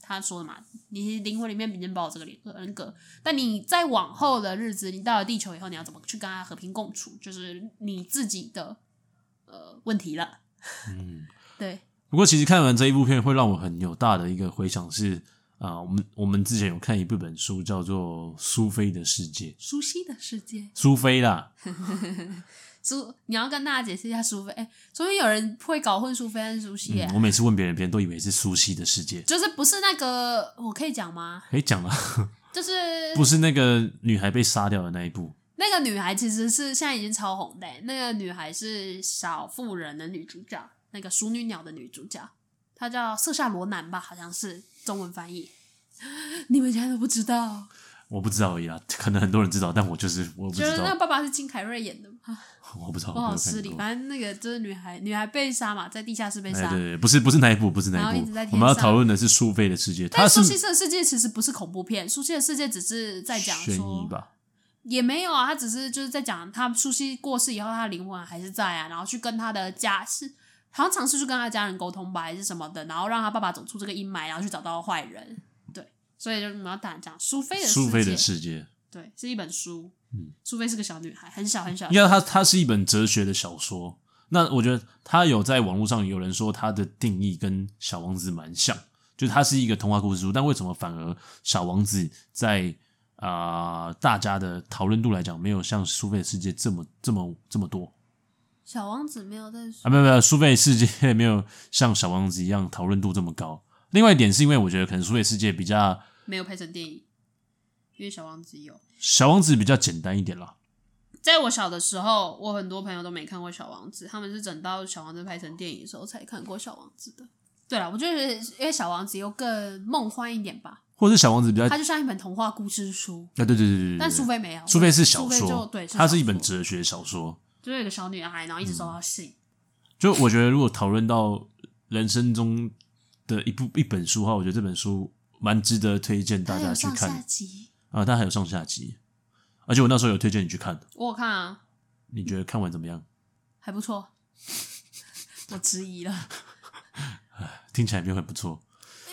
他说的嘛，你灵魂里面已经抱有这个人格，但你在往后的日子，你到了地球以后，你要怎么去跟他和平共处，就是你自己的问题了。对。 不过其实看完这一部片，会让我很有大的一个回想是我们之前有看一部本书叫做《苏菲的世界》， 苏西的世界， 苏菲啦。 你要跟大家解释一下苏菲。所以有人会搞混苏菲和苏西我每次问别人，别人都以为是苏西的世界， 就是不是那个，我可以讲吗？ 可以讲啊， 就是不是那个女孩被杀掉的那一部。 那个女孩其实是现在已经超红的，那个女孩是小妇人的女主角，那个淑女鸟的女主角，她叫瑟夏罗南吧，好像是中文翻译。你们现在都不知道？ 我不知道而已啦，可能很多人知道，但我不知道。 就是那个爸爸是金凯瑞演的嘛？ 我不知道， 我好失礼。反正那个就是女孩被杀嘛，在地下室被杀。 对，不是那一部，不是那一部。我们要讨论的是苏菲的世界。 但苏西的世界其实不是恐怖片，苏西的世界只是在讲说悬疑吧。 也没有啊，他只是就是在讲他苏西过世以后，他的灵魂还是在啊，然后去跟他的家是好像尝试去跟他家人沟通吧，还是什么的，然后让他爸爸走出这个阴霾，然后去找到坏人。对，所以就我们要讲苏菲的世界。对，是一本书。苏菲是个小女孩，很小很小。 因为它是一本哲学的小说。那我觉得它有在网络上有人说它的定义跟小王子蛮像，就是它是一个童话故事书，但为什么反而小王子在大家的讨论度来讲，没有像苏菲的世界这么多？ 小王子没有在没有，苏菲的世界没有像小王子一样讨论度这么高。另外一点是因为我觉得可能苏菲的世界比较没有拍成电影，因为小王子有。 小王子比较简单一点啦。 在我小的时候，我很多朋友都没看过小王子，他们是等到小王子拍成电影的时候才看过小王子的。对啦，我觉得因为小王子又更梦幻一点吧， 或者是小王子比较， 它就像一本童话故事书。 对。 但苏菲没有， 苏菲是小说， 对， 它是一本哲学小说， 就有一个小女孩，然后一直收到信。 就我觉得，如果讨论到人生中的一本书的话，我觉得这本书蛮值得推荐大家去看。 它有上下集它还有上下集，而且我那时候有推荐你去看。 我有看啊。 你觉得看完怎么样？ 还不错。我质疑了。 听起来没有很不错。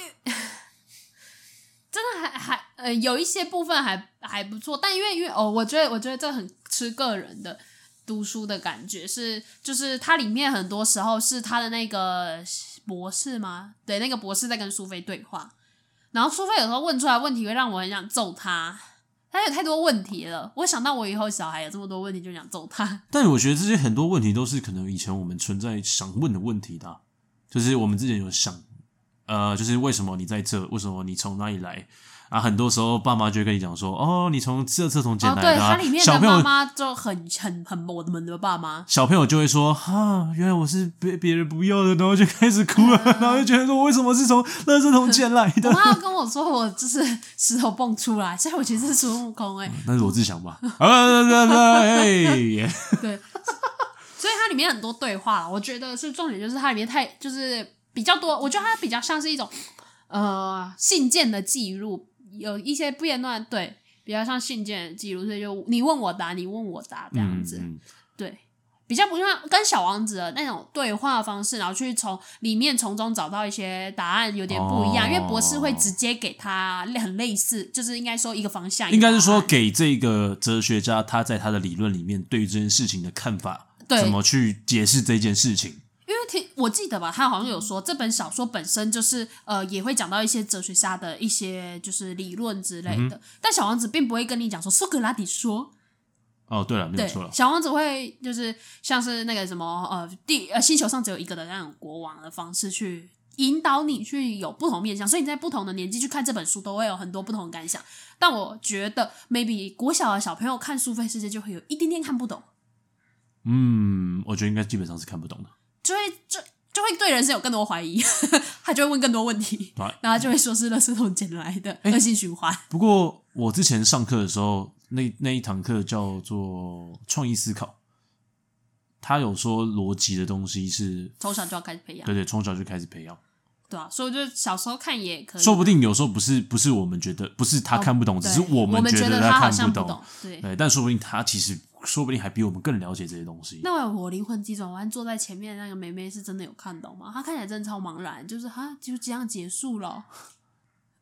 真的还有一些部分还不错，但因为我觉得这很吃个人的读书的感觉，就是它里面很多时候是他的那个博士吗？对，那个博士在跟苏菲对话，然后苏菲有时候问出来问题会让我很想揍他。他有太多问题了，我想到我以后小孩有这么多问题就想揍他。 但我觉得这些很多问题都是可能以前我们存在想问的问题的就是我们之前有想就是为什么你在这，为什么你从哪里来很多时候爸妈就会跟你讲说你从这从捡来的对，它里面的妈妈就很我们的爸妈， 小朋友就会说原来我是被别人不要的，然后就开始哭了，然后就觉得说我为什么是从垃圾桶捡来的。 我妈跟我说我就是石头蹦出来，所以我其实是孙悟空那是罗志祥吧。 对，所以它里面很多对话，我觉得是重点，就是它里面就是比较多，我觉得它比较像是一种信件的记录，有一些辩论，对，比较像信件的记录，所以就你问我答，你问我答这样子，对，比较不像跟小王子的那种对话方式，然后去从里面从中找到一些答案，有点不一样，因为博士会直接给他很类似，就是应该说一个方向， 应该是说给这个哲学家他在他的理论里面对于这件事情的看法，怎么去解释这件事情。 因为我记得吧，他好像有说这本小说本身就是也会讲到一些哲学家的一些就是理论之类的，但小王子并不会跟你讲说苏格拉底说。 对了，没有错了。 小王子会就是像是那个什么星球上只有一个的那种国王的方式去引导你去有不同面向，所以你在不同的年纪去看这本书都会有很多不同的感想。但我觉得 maybe 国小的小朋友看苏菲世界就会有一点点看不懂。 我觉得应该基本上是看不懂的。 就会对人生有更多怀疑，他就会问更多问题，然后就会说是垃圾桶捡来的，恶性循环。 不过我之前上课的时候，那一堂课叫做创意思考，他有说逻辑的东西是从小就要开始培养， 对，从小就开始培养。 对啊，所以我觉得小时候看也可以， 说不定有时候不是我们觉得不是他看不懂，只是我们觉得他看不懂， 对，但说不定他其实说不定还比我们更了解这些东西。 那我灵魂急转弯坐在前面的那个妹妹是真的有看懂吗？她看起来真的超茫然，就是就这样结束了。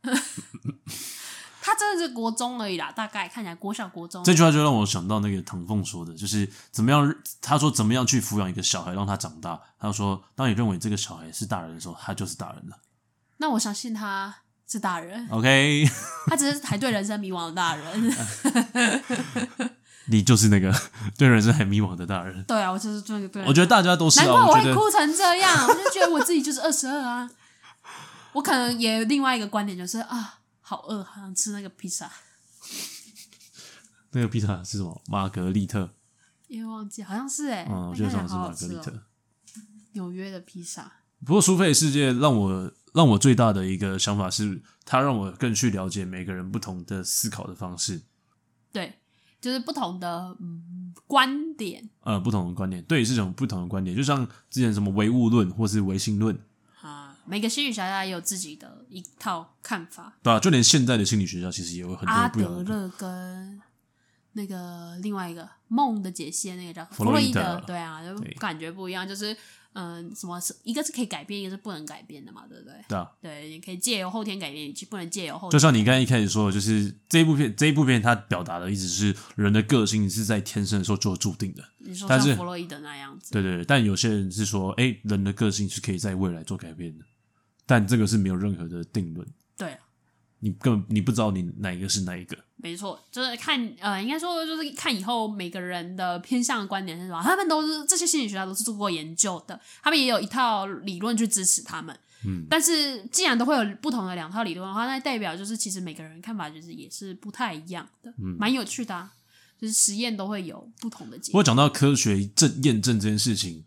他真的是国中而已啦，大概看起来国小国中。 这句话就让我想到那个唐凤说的，就是怎么样，他说怎么样去抚养一个小孩，让他长大。他说，当你认为这个小孩是大人的时候，他就是大人了。 那我相信他是大人 OK， 他只是还对人生迷惘的大人。 你就是那个对人生很迷惘的大人。 对啊，我就是这个对。 我觉得大家都是啊， 难怪我觉得会哭成这样，我就觉得我自己就是22啊。我可能也有另外一个观点，就是啊，好饿，好想吃那个披萨。 那个披萨是什么？玛格丽特。 因为忘记，好像是我觉得好像是玛格丽特。 纽约的披萨。 不过苏菲的世界让我最大的一个想法是，它让我更去了解每个人不同的思考的方式。 对，就是不同的观点。 不同的观点，对于这种不同的观点，就像之前什么唯物论或是唯心论啊，每个心理学家也有自己的一套看法。 对啊，就连现在的心理学家其实也有很多不一样的。 阿德勒跟那个另外一个梦的解析，那个叫弗洛伊德， 对啊，就感觉不一样，就是什么一个是可以改变，一个是不能改变的嘛，对不对？ 对啊， 对，你可以借由后天改变，你不能借由后天。 就像你刚才一开始说的，就是这一部片它表达的意思是人的个性是在天生的时候就注定的。 你说像弗洛伊德那样子， 对对对，但有些人是说，人的个性是可以在未来做改变的，但这个是没有任何的定论。 对啊， 你根本你不知道你哪一个是哪一个。 没错，就是看应该说就是看以后每个人的偏向的观点是什么。他们都是这些心理学家都是做过研究的，他们也有一套理论去支持他们。但是既然都会有不同的两套理论的话，那代表就是其实每个人看法就是也是不太一样的，蛮有趣的啊。就是实验都会有不同的结果。 我讲到科学验证这件事情，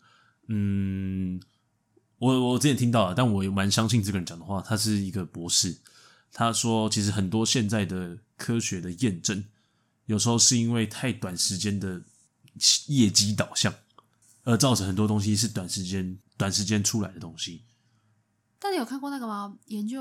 我之前听到了，但我也蛮相信这个人讲的话。他是一个博士，他说其实很多现在的科学的验证，有时候是因为太短时间的业绩导向，而造成很多东西是短时间出来的东西。 但你有看过那个吗？研究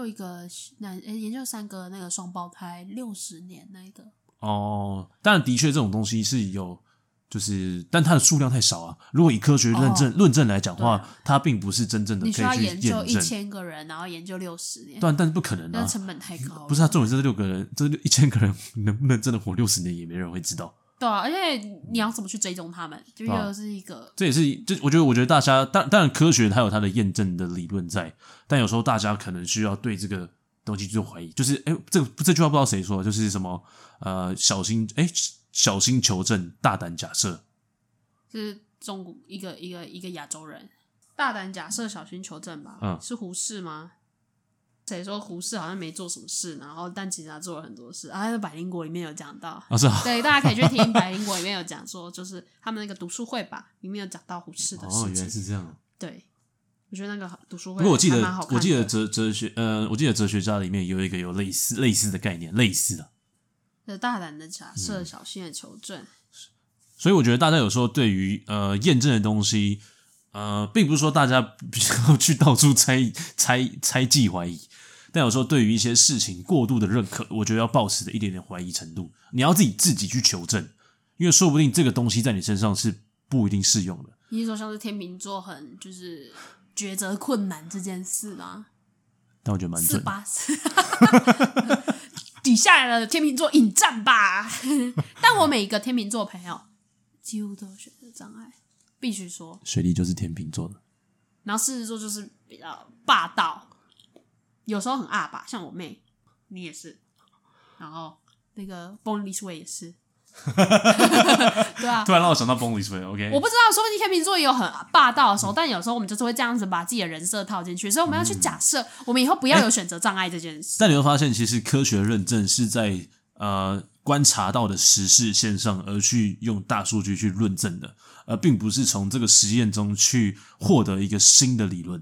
3个那个双胞胎60年那个。 哦，当然的确这种东西是有，就是但它的数量太少啊。如果以科学论证来讲的话，它并不是真正的可以去验证。 你需要研究1000个人，然后研究60年， 但是不可能啊， 那成本太高了。 不是啊，重点是这6个人，这1000个人能不能真的活60年，也没人会知道。 对啊，而且你要怎么去追踪他们，就又是一个， 这也是我觉得大家当然科学它有它的验证的理论在，但有时候大家可能需要对这个东西做怀疑。就是这句话不知道谁说的，就是什么小心求证，大胆假设， 是中国一个亚洲人大胆假设，小心求证吧。是胡适吗？谁说胡适好像没做什么事，然后但其实他做了很多事啊？在百灵果里面有讲到是啊， 对，大家可以去听百灵果里面有讲说，就是他们那个读书会吧，里面有讲到胡适的事情。 原来是这样。 对，我觉得那个读书会， 不过我记得哲学家里面有一个有类似的概念，类似的大胆的假设，小心的求证。 所以我觉得大家有时候对于验证的东西，并不是说大家比较去到处猜忌怀疑，但有时候对于一些事情过度的认可，我觉得要抱持的一点点怀疑程度。你要自己去求证，因为说不定这个东西在你身上是不一定适用的。 你是说像是天秤座很就是抉择困难这件事吗？ 但我觉得蛮准的。底下的天秤座引战吧。但我每一个天秤座朋友几乎都有选择障碍，必须说。 水莉就是天秤座的， 然后狮子座就是比较霸道，有时候很阿吧，像我妹，你也是。然后那个 Born This Way 也是。对啊， 突然让我想到 Born This Way。OK， 我不知道，说不定天秤座也有很霸道的时候，但有时候我们就是会这样子把自己的人设套进去，所以我们要去假设，我们以后不要有选择障碍这件事。 但你会发现，其实科学认证是在观察到的时事线上，而去用大数据去论证的，而并不是从这个实验中去获得一个新的理论。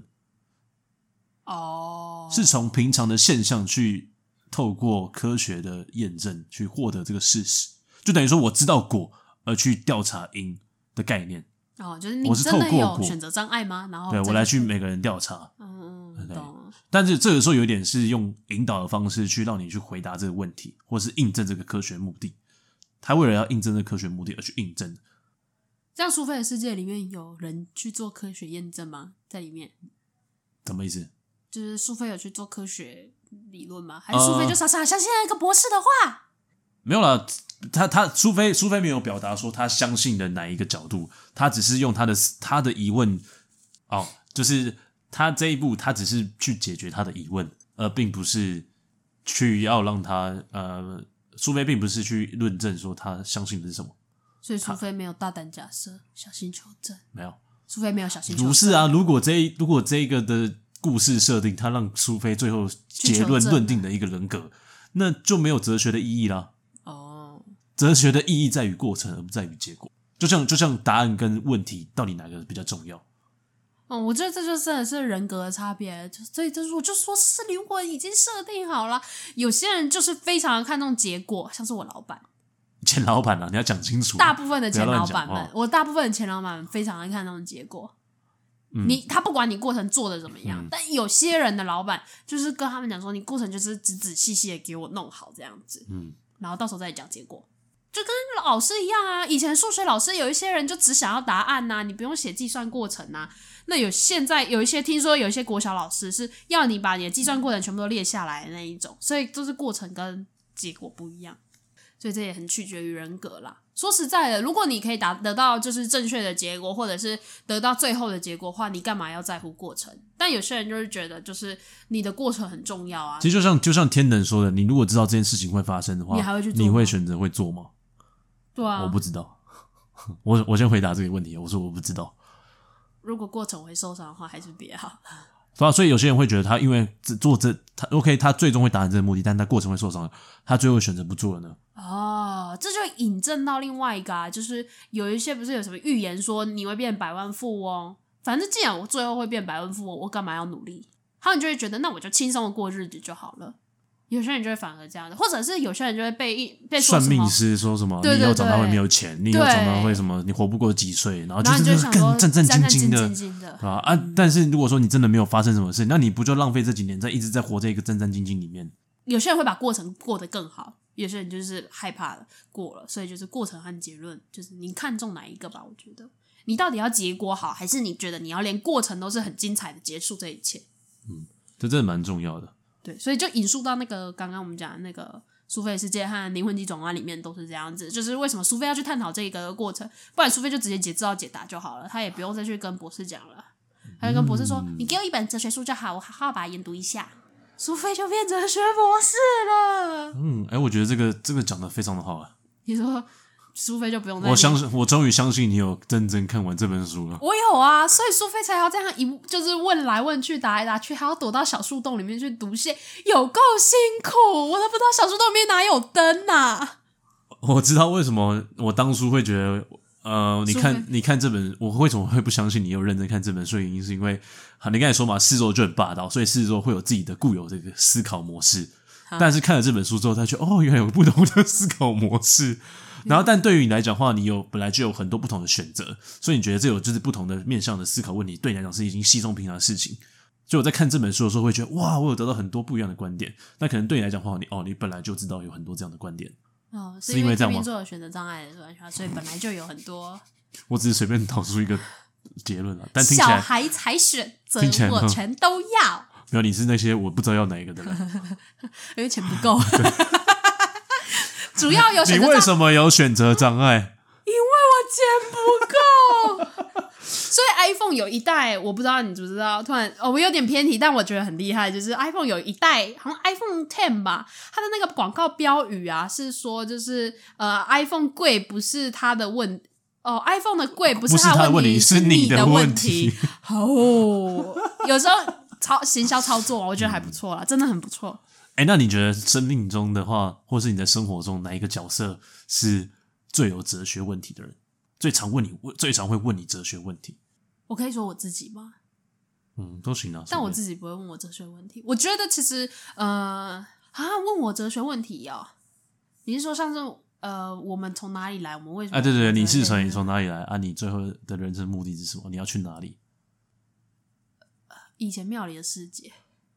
是从平常的现象去透过科学的验证去获得这个事实。就等于说我知道果而去调查因的概念。 就是你真的有选择障碍吗？然后对我来去每个人调查。 懂。 但是这个时候有点是用引导的方式去让你去回答这个问题，或是印证这个科学目的。他为了要印证这个科学目的而去印证。 这样苏菲的世界里面有人去做科学验证吗？在里面？ 什么意思？ 就是苏菲有去做科学理论吗？还是苏菲就傻傻相信了一个博士的话？ 没有啦，他苏菲没有表达说他相信的哪一个角度，他只是用他的疑问就是他这一步他只是去解决他的疑问，而并不是去要让他苏菲并不是去论证说他相信的是什么， 所以苏菲没有大胆假设，小心求证。 没有， 苏菲没有小心求证。 不是啊，如果这一个的故事设定，他让苏菲最后结论论定的一个人格，那就没有哲学的意义啦。哲学的意义在于过程，而不在于结果。就像答案跟问题到底哪个比较重要？ 我觉得这就真的是人格的差别。所以我就说是灵魂已经设定好了。有些人就是非常看重结果，像是我老板。 前老板啊，你要讲清楚。 大部分的前老板们，我大部分的前老板们非常的看重结果。他不管你过程做的怎么样，但有些人的老板就是跟他们讲说，你过程就是仔仔细细的给我弄好这样子，然后到时候再讲结果。就跟老师一样啊，以前数学老师有一些人就只想要答案啊，你不用写计算过程啊。那现在有一些听说有一些国小老师是要你把你的计算过程全部都列下来的那一种，所以就是过程跟结果不一样，所以这也很取决于人格啦。说实在的，如果你可以得到就是正确的结果，或者是得到最后的结果的话，你干嘛要在乎过程？但有些人就是觉得就是你的过程很重要啊。 其实就像天能说的，你如果知道这件事情会发生的话， 你还会去做吗？ 你会选择会做吗？ 对啊， 我不知道。我先回答这个问题，我说我不知道。 如果过程会受伤的话，还是别好。 对啊，所以有些人会觉得他因为做他 OK， 他最终会达成这个目的，但他过程会受伤，他最后选择不做了呢？ 这就引证到另外一个啊，就是有一些不是有什么预言说你会变百万富翁，反正既然我最后会变百万富翁，我干嘛要努力？他们就会觉得那我就轻松的过日子就好了。有些人就会反而这样的，或者是有些人就会被说算命师说什么， 对对对， 你以后长大会没有钱，你以后长大会什么，你活不过几岁，然后就是更战战兢兢的， 对吧？但是如果说你真的没有发生什么事，那你不就浪费这几年一直在活在一个战战兢兢里面？ 有些人会把过程过得更好，有些人就是害怕了过了，所以就是过程和结论，就是你看中哪一个吧？我觉得你到底要结果好，还是你觉得你要连过程都是很精彩的结束这一切？ 这真的蛮重要的。 对，所以就引述到那个刚刚我们讲的那个苏菲世界和灵魂级转弯里面都是这样子，就是为什么苏菲要去探讨这个过程，不然苏菲就直接知道解答就好了，他也不用再去跟博士讲了，他就跟博士说，你给我一本哲学书就好，我好好把它研读一下。苏菲就变哲学博士了。 我觉得这个讲的非常的好啊。 你说苏菲就不用再我终于相信你有认真看完这本书了。 我有啊，所以苏菲才要这样就是问来问去答来答去，还要躲到小树洞里面去读写，有够辛苦，我都不知道小树洞里面哪有灯啊。 我知道为什么我当初会觉得你看这本，我为什么会不相信你有认真看这本书？原因是因为你刚才说嘛，狮子座就很霸道，所以狮子座会有自己的固有这个思考模式。但是看了这本书之后，他觉得原来有不同的思考模式。然后，但对于你来讲的话，你本来就有很多不同的选择，所以你觉得这有就是不同的面向的思考问题，对你来讲是已经稀松平常的事情。所以我在看这本书的时候，会觉得哇，我有得到很多不一样的观点。那可能对你来讲的话，你本来就知道有很多这样的观点。 是因为天秤座有选择障碍的关系，所以本来就有很多。 我只是随便导出一个结论啊，但听起来小孩才选择，我全都要。 没有，你是那些我不知道要哪一个的人， 因为钱不够。主要有选择障碍。 你为什么有选择障碍？ 因为我钱不够。所以 iPhone 有一代，我不知道你知不知道，突然我有点偏题，但我觉得很厉害，就是 iPhone 有一代好像 iPhone X 吧，它的那个广告标语啊是说就是iPhone 贵不是它的问iPhone 的贵不是它的问题， 是你的问题。 有时候行销操作我觉得还不错啦，真的很不错。 那你觉得生命中的话，或是你的生活中哪一个角色是最有哲学问题的人？最常会问你哲学问题？ 我可以说我自己吗？ 都行啊。 但我自己不会问我哲学问题。我觉得其实问我哲学问题哦，你是说像是我们从哪里来？我们为什么？ 对，你是从哪里来啊？你最后的人生目的是什么？你要去哪里？ 以前庙里的师姐。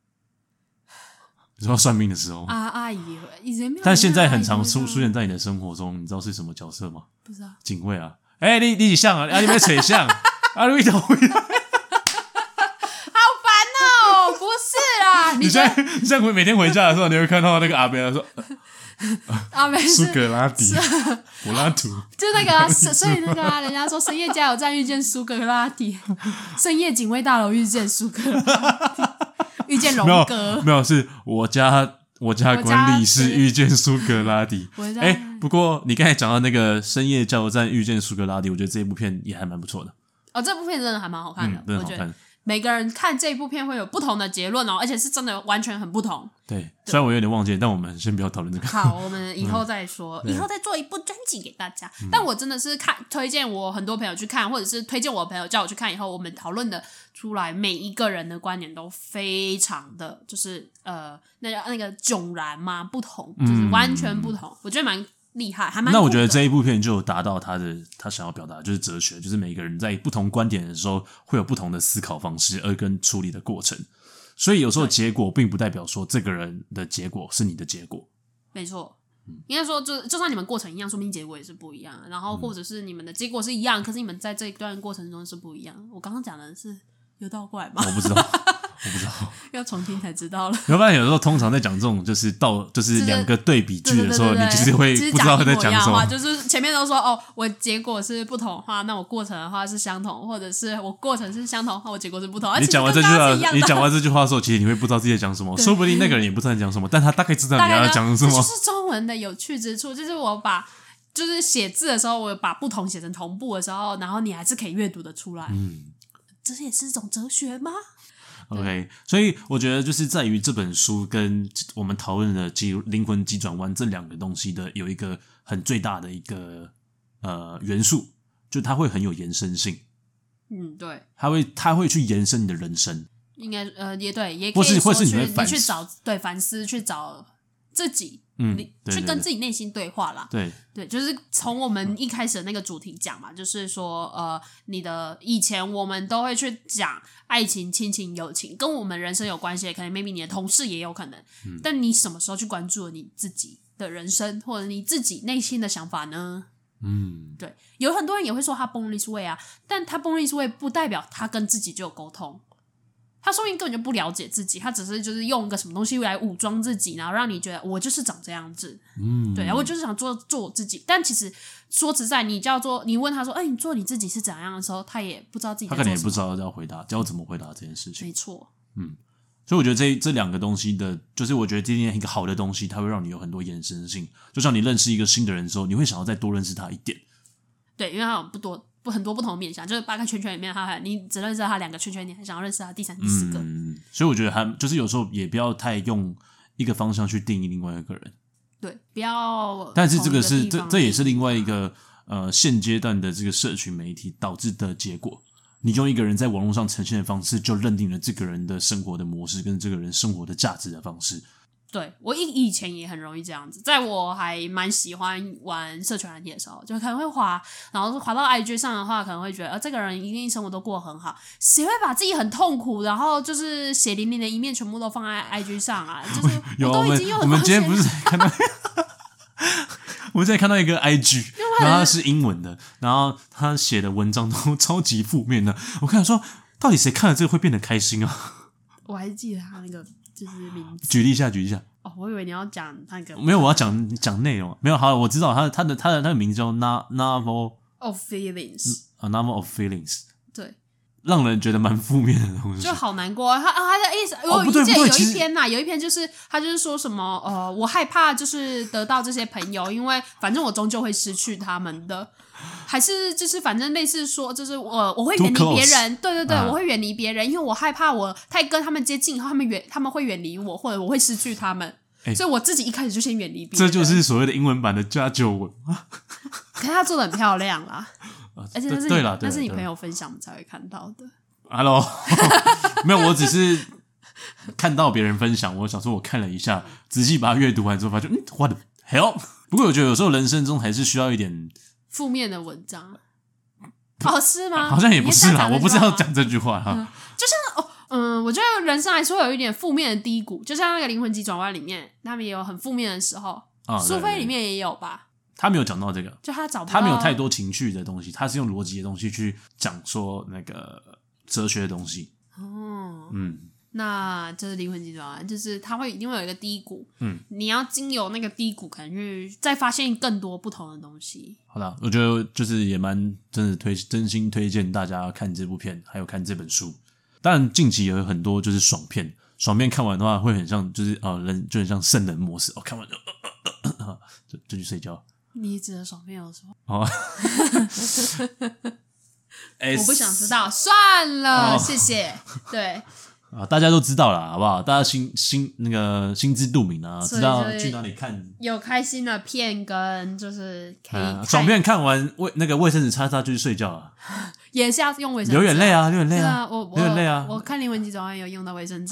你说算命的时候阿姨以前但现在很常出现在你的生活中，你知道是什么角色吗？ 不知道。 警卫啊！你像啊，你没扯像啊，你头。 好烦哦！不是啦， 你现在每天回家的时候，你会看到那个阿伯说。 阿北苏格拉底，柏拉图， 就那个、所以那个人家说深夜加油站遇见苏格拉底，深夜警卫大楼遇见苏格拉底，遇见龙哥， 没有，是我家管理室遇见苏格拉底。不过你刚才讲到那个深夜加油站遇见苏格拉底，我觉得这部片也还蛮不错的。 哦，这部片真的还蛮好看的， 真的好看。 每个人看这部片会有不同的结论哦，而且是真的完全很不同。 对，虽然我有点忘记，但我们先不要讨论这个。 好，我们以后再说，以后再做一部专辑给大家。但我真的是推荐我很多朋友去看，或者是推荐我的朋友叫我去看以后，我们讨论的出来，每一个人的观点都非常的，就是那个迥然嘛，不同，就是完全不同。我觉得蛮厉害，还蛮。 那我觉得这一部片就有达到他想要表达的就是哲学，就是每个人在不同观点的时候会有不同的思考方式，而跟处理的过程。所以有时候结果并不代表说这个人的结果是你的结果。 没错，应该说就算你们过程一样，说明结果也是不一样。然后或者是你们的结果是一样，可是你们在这一段过程中是不一样。我刚刚讲的是有倒过来吗？ 我不知道。 要重听才知道了。 要不然有时候通常在讲这种就是两个对比句的时候，你其实会不知道在讲什么。 就是前面都说哦，我结果是不同的话，那我过程的话是相同，或者是我过程是相同的话，我结果是不同。 你讲完这句话的时候，其实你会不知道自己在讲什么，说不定那个人也不知道你讲什么，但他大概知道你要讲什么。 这就是中文的有趣之处，就是就是写字的时候，我把不同写成同步的时候，然后你还是可以阅读的出来。这也是一种哲学吗 ？OK， 所以我觉得就是在于这本书跟我们讨论的灵魂急转弯这两个东西的有一个很最大的一个元素，就它会很有延伸性。 对， 它会去延伸你的人生。 应该也对，也可以或是你去找反思，去找自己。去跟自己内心对话啦。对，就是从我们一开始的那个主题讲嘛，就是说你的以前我们都会去讲爱情、亲情、友情，跟我们人生有关系的，可能 maybe 你的同事也有可能。但你什么时候去关注了你自己的人生，或者你自己内心的想法呢？对，有很多人也会说他 born this way 啊，但他 born this way 不代表他跟自己就有沟通。他说明根本就不了解自己，他只是就是用一个什么东西来武装自己，然后让你觉得我就是长这样子，对，然后我就是想做我自己。但其实说实在，你问他说，你做你自己是怎样的时候，他也不知道自己在做什么， 他可能也不知道要怎么回答这件事情。 没错， 所以我觉得这两个东西的，就是我觉得今天一个好的东西，它会让你有很多延伸性。就像你认识一个新的人的时候，你会想要再多认识他一点。 对，因为他有很多不同的面向，就是8个圈圈里面，你只认识他2个圈圈，你还想要认识他第3、第4个。 所以我觉得就是有时候也不要太用一个方向去定义另外一个人。 对，不要。 但是这也是另外一个现阶段的这个社群媒体导致的结果。你用一个人在网络上呈现的方式，就认定了这个人的生活的模式跟这个人生活的价值的方式。 对，我以前也很容易这样子，在我还蛮喜欢玩社群软体的时候，就可能会滑，然后滑到 IG 上的话，可能会觉得这个人一定生活都过得很好，谁会把自己很痛苦，然后就是血淋淋的一面全部都放在 IG 上啊？就是我都已经用我们今天不是看到我在看到一个 IG， 然后它是英文的，然后他写的文章都超级负面的，我看说到底谁看了这个会变得开心啊？ 我还记得他那个就是名字， 举例一下。 哦，我以为你要讲那个， 没有，我要讲内容。没有，好，我知道他的那个名字叫 Novel of Feelings， Novel of Feelings， 对， 让人觉得蛮负面的东西， 就好难过。他的意思，我记得有一篇就是他就是说什么我害怕就是得到这些朋友，因为反正我终究会失去他们的。还是就是反正类似说，就是我会远离别人，对，我会远离别人，因为我害怕我太跟他们接近以后，他们会远离我，或者我会失去他们，所以我自己一开始就先远离别人。 这就是所谓的英文版的加九文。 可是他做的很漂亮啦，而且那是你朋友分享才会看到的。 Hello， 没有，我只是看到别人分享，我想说我看了一下，仔细把它阅读完之后，发现what the hell。不过我觉得有时候人生中还是需要一点负面的文章。是吗？ 好像也不是啦，我不是要讲这句话哈。 就像我觉得人生还是会有一点负面的低谷，就像那个灵魂急转弯里面，他们也有很负面的时候。苏菲里面也有吧？ 他没有讲到这个， 就他没有太多情绪的东西，他是用逻辑的东西去讲说那个哲学的东西。 那这是灵魂急转弯，就是它会一定会有一个低谷，你要经由那个低谷，可能去再发现更多不同的东西。 好啦，我觉得就是也蛮真心推荐大家看这部片，还有看这本书。当然近期有很多就是爽片看完的话会很像就是人就很像圣人模式看完就去睡觉。 你指的爽片有什么？ 我不想知道，算了，谢谢。对大家都知道啦，好不好？大家心知肚明啊，知道去哪里看。有开心的片跟就是可以看爽片看完卫生纸擦就去睡觉了， 也是要用卫生纸。 流眼泪啊，流眼泪啊， 流眼泪啊！ 我看灵魂急转弯有用到卫生纸。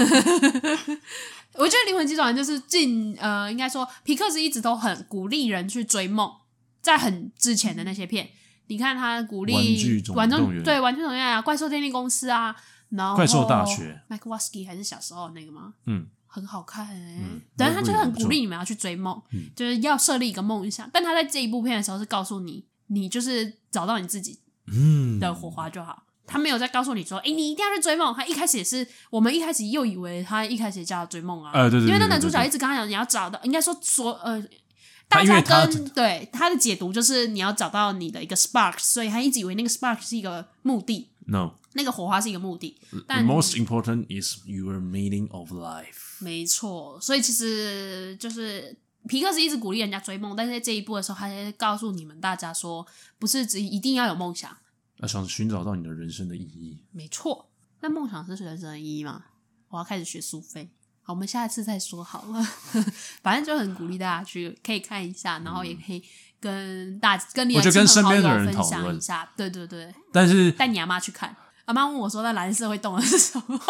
我觉得灵魂急转弯就是应该说皮克斯一直都很鼓励人去追梦，在很之前的那些片，你看他鼓励玩具总动员， 对，玩具总动员啊，怪兽电力公司啊，然后怪兽大学， 麦克瓦斯基还是小时候那个吗？很好看但是他就是很鼓励你们要去追梦，就是要设立一个梦想。但他在这一部片的时候是告诉你，你就是找到你自己的火花就好。他没有在告诉你说，你一定要去追梦。他一开始也是，我们一开始又以为他一开始也叫他追梦啊， 对， 因为那男主角一直跟他讲，你要找到，应该说大家对他的解读就是你要找到你的一个 spark， 所以他一直以为那个 spark 是一个目的。 No， 那个火花是一个目的。但 The most important is your meaning of life。 没错，所以其实就是皮克斯一直鼓励人家追梦，但是在这一步的时候，他在告诉你们大家说，不是只一定要有梦想， 要想寻找到你的人生的意义。 没错，那梦想是人生的意义吗？我要开始学苏菲。好，我们下一次再说好了。反正就很鼓励大家去可以看一下，然后也可以跟你的亲朋好友分享一下。对对对， 但是带你阿妈去看。阿妈问我说：“那蓝色会动的是什么？”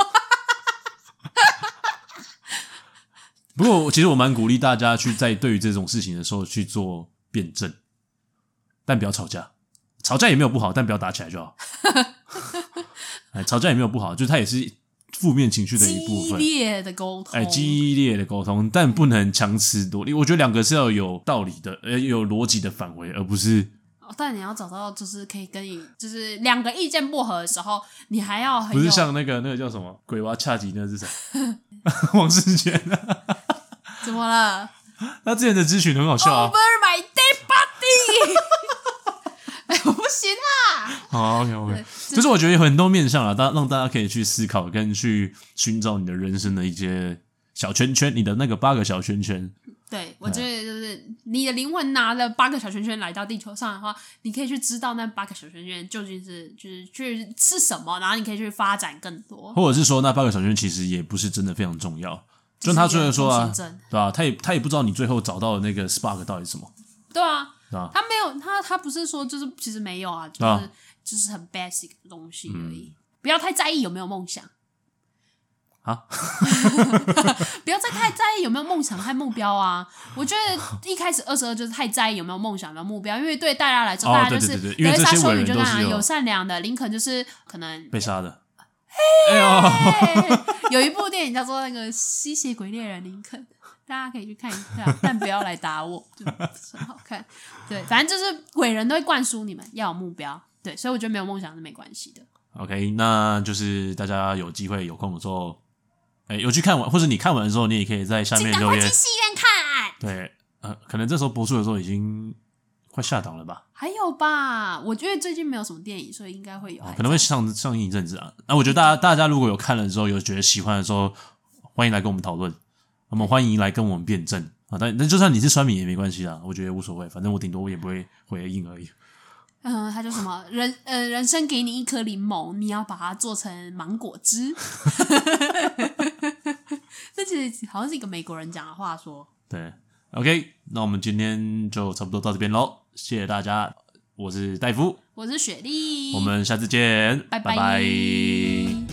不过，其实我蛮鼓励大家去在对于这种事情的时候去做辩证，但不要吵架。吵架也没有不好，但不要打起来就好。吵架也没有不好，就是它也是负面情绪的一部分。 激烈的沟通， 激烈的沟通，但不能强词夺理。我觉得两个是要有道理的，有逻辑的返回，而不是。 但你要找到就是可以跟你就是两个意见不合的时候，你还要不是像那个叫什么鬼娃恰吉那是谁？王世坚怎么了？ 他之前的咨询很好笑啊。 Over my dead body 我不行啊。 好 OK， 就是我觉得有很多面向啊，让大家可以去思考跟去寻找你的人生的一些小圈圈，你的那个8个小圈圈。 对，我觉得就是你的灵魂拿了8个小圈圈来到地球上的话，你可以去知道那8个小圈圈究竟是什么，然后你可以去发展更多， 或者是说那8个小圈圈其实也不是真的非常重要，就他最后说啊，对吧？他也不知道你最后找到的那个 spark 到底是什么， 对啊，他没有他不是说就是其实没有啊，就是很 basic 的东西而已，不要太在意有没有梦想。不要再太在意有没有梦想和目标啊！我觉得一开始22就是太在意有没有梦想的目标，因为对大家来说，大家就是因为这些伟人就都是有善良的，林肯就是可能被杀的。 有一部电影叫做那个《吸血鬼猎人林肯》，大家可以去看一下，但不要来打我，就不是很好看。对，反正就是伟人都会灌输你们要有目标，对，所以我觉得没有梦想是没关系的。 OK， 那就是大家有机会有空的时候。有去看完，或者你看完的时候，你也可以在下面留言。 进戏院看。 对，可能这时候播出的时候已经快下档了吧？ 还有吧，我觉得最近没有什么电影，所以应该会有， 可能会上映一阵子啊。那我觉得大家如果有看了之后，有觉得喜欢的时候，欢迎来跟我们讨论，我们欢迎来跟我们辩证啊。但就算你是酸民也没关系啦，我觉得无所谓，反正我顶多我也不会回应而已。 他就什么人生给你一颗柠檬，你要把它做成芒果汁。这其实好像是一个美国人讲的话说。 对 ，OK， 那我们今天就差不多到这边咯，谢谢大家，我是戴夫， 我是雪莉， 我们下次见， 拜拜拜。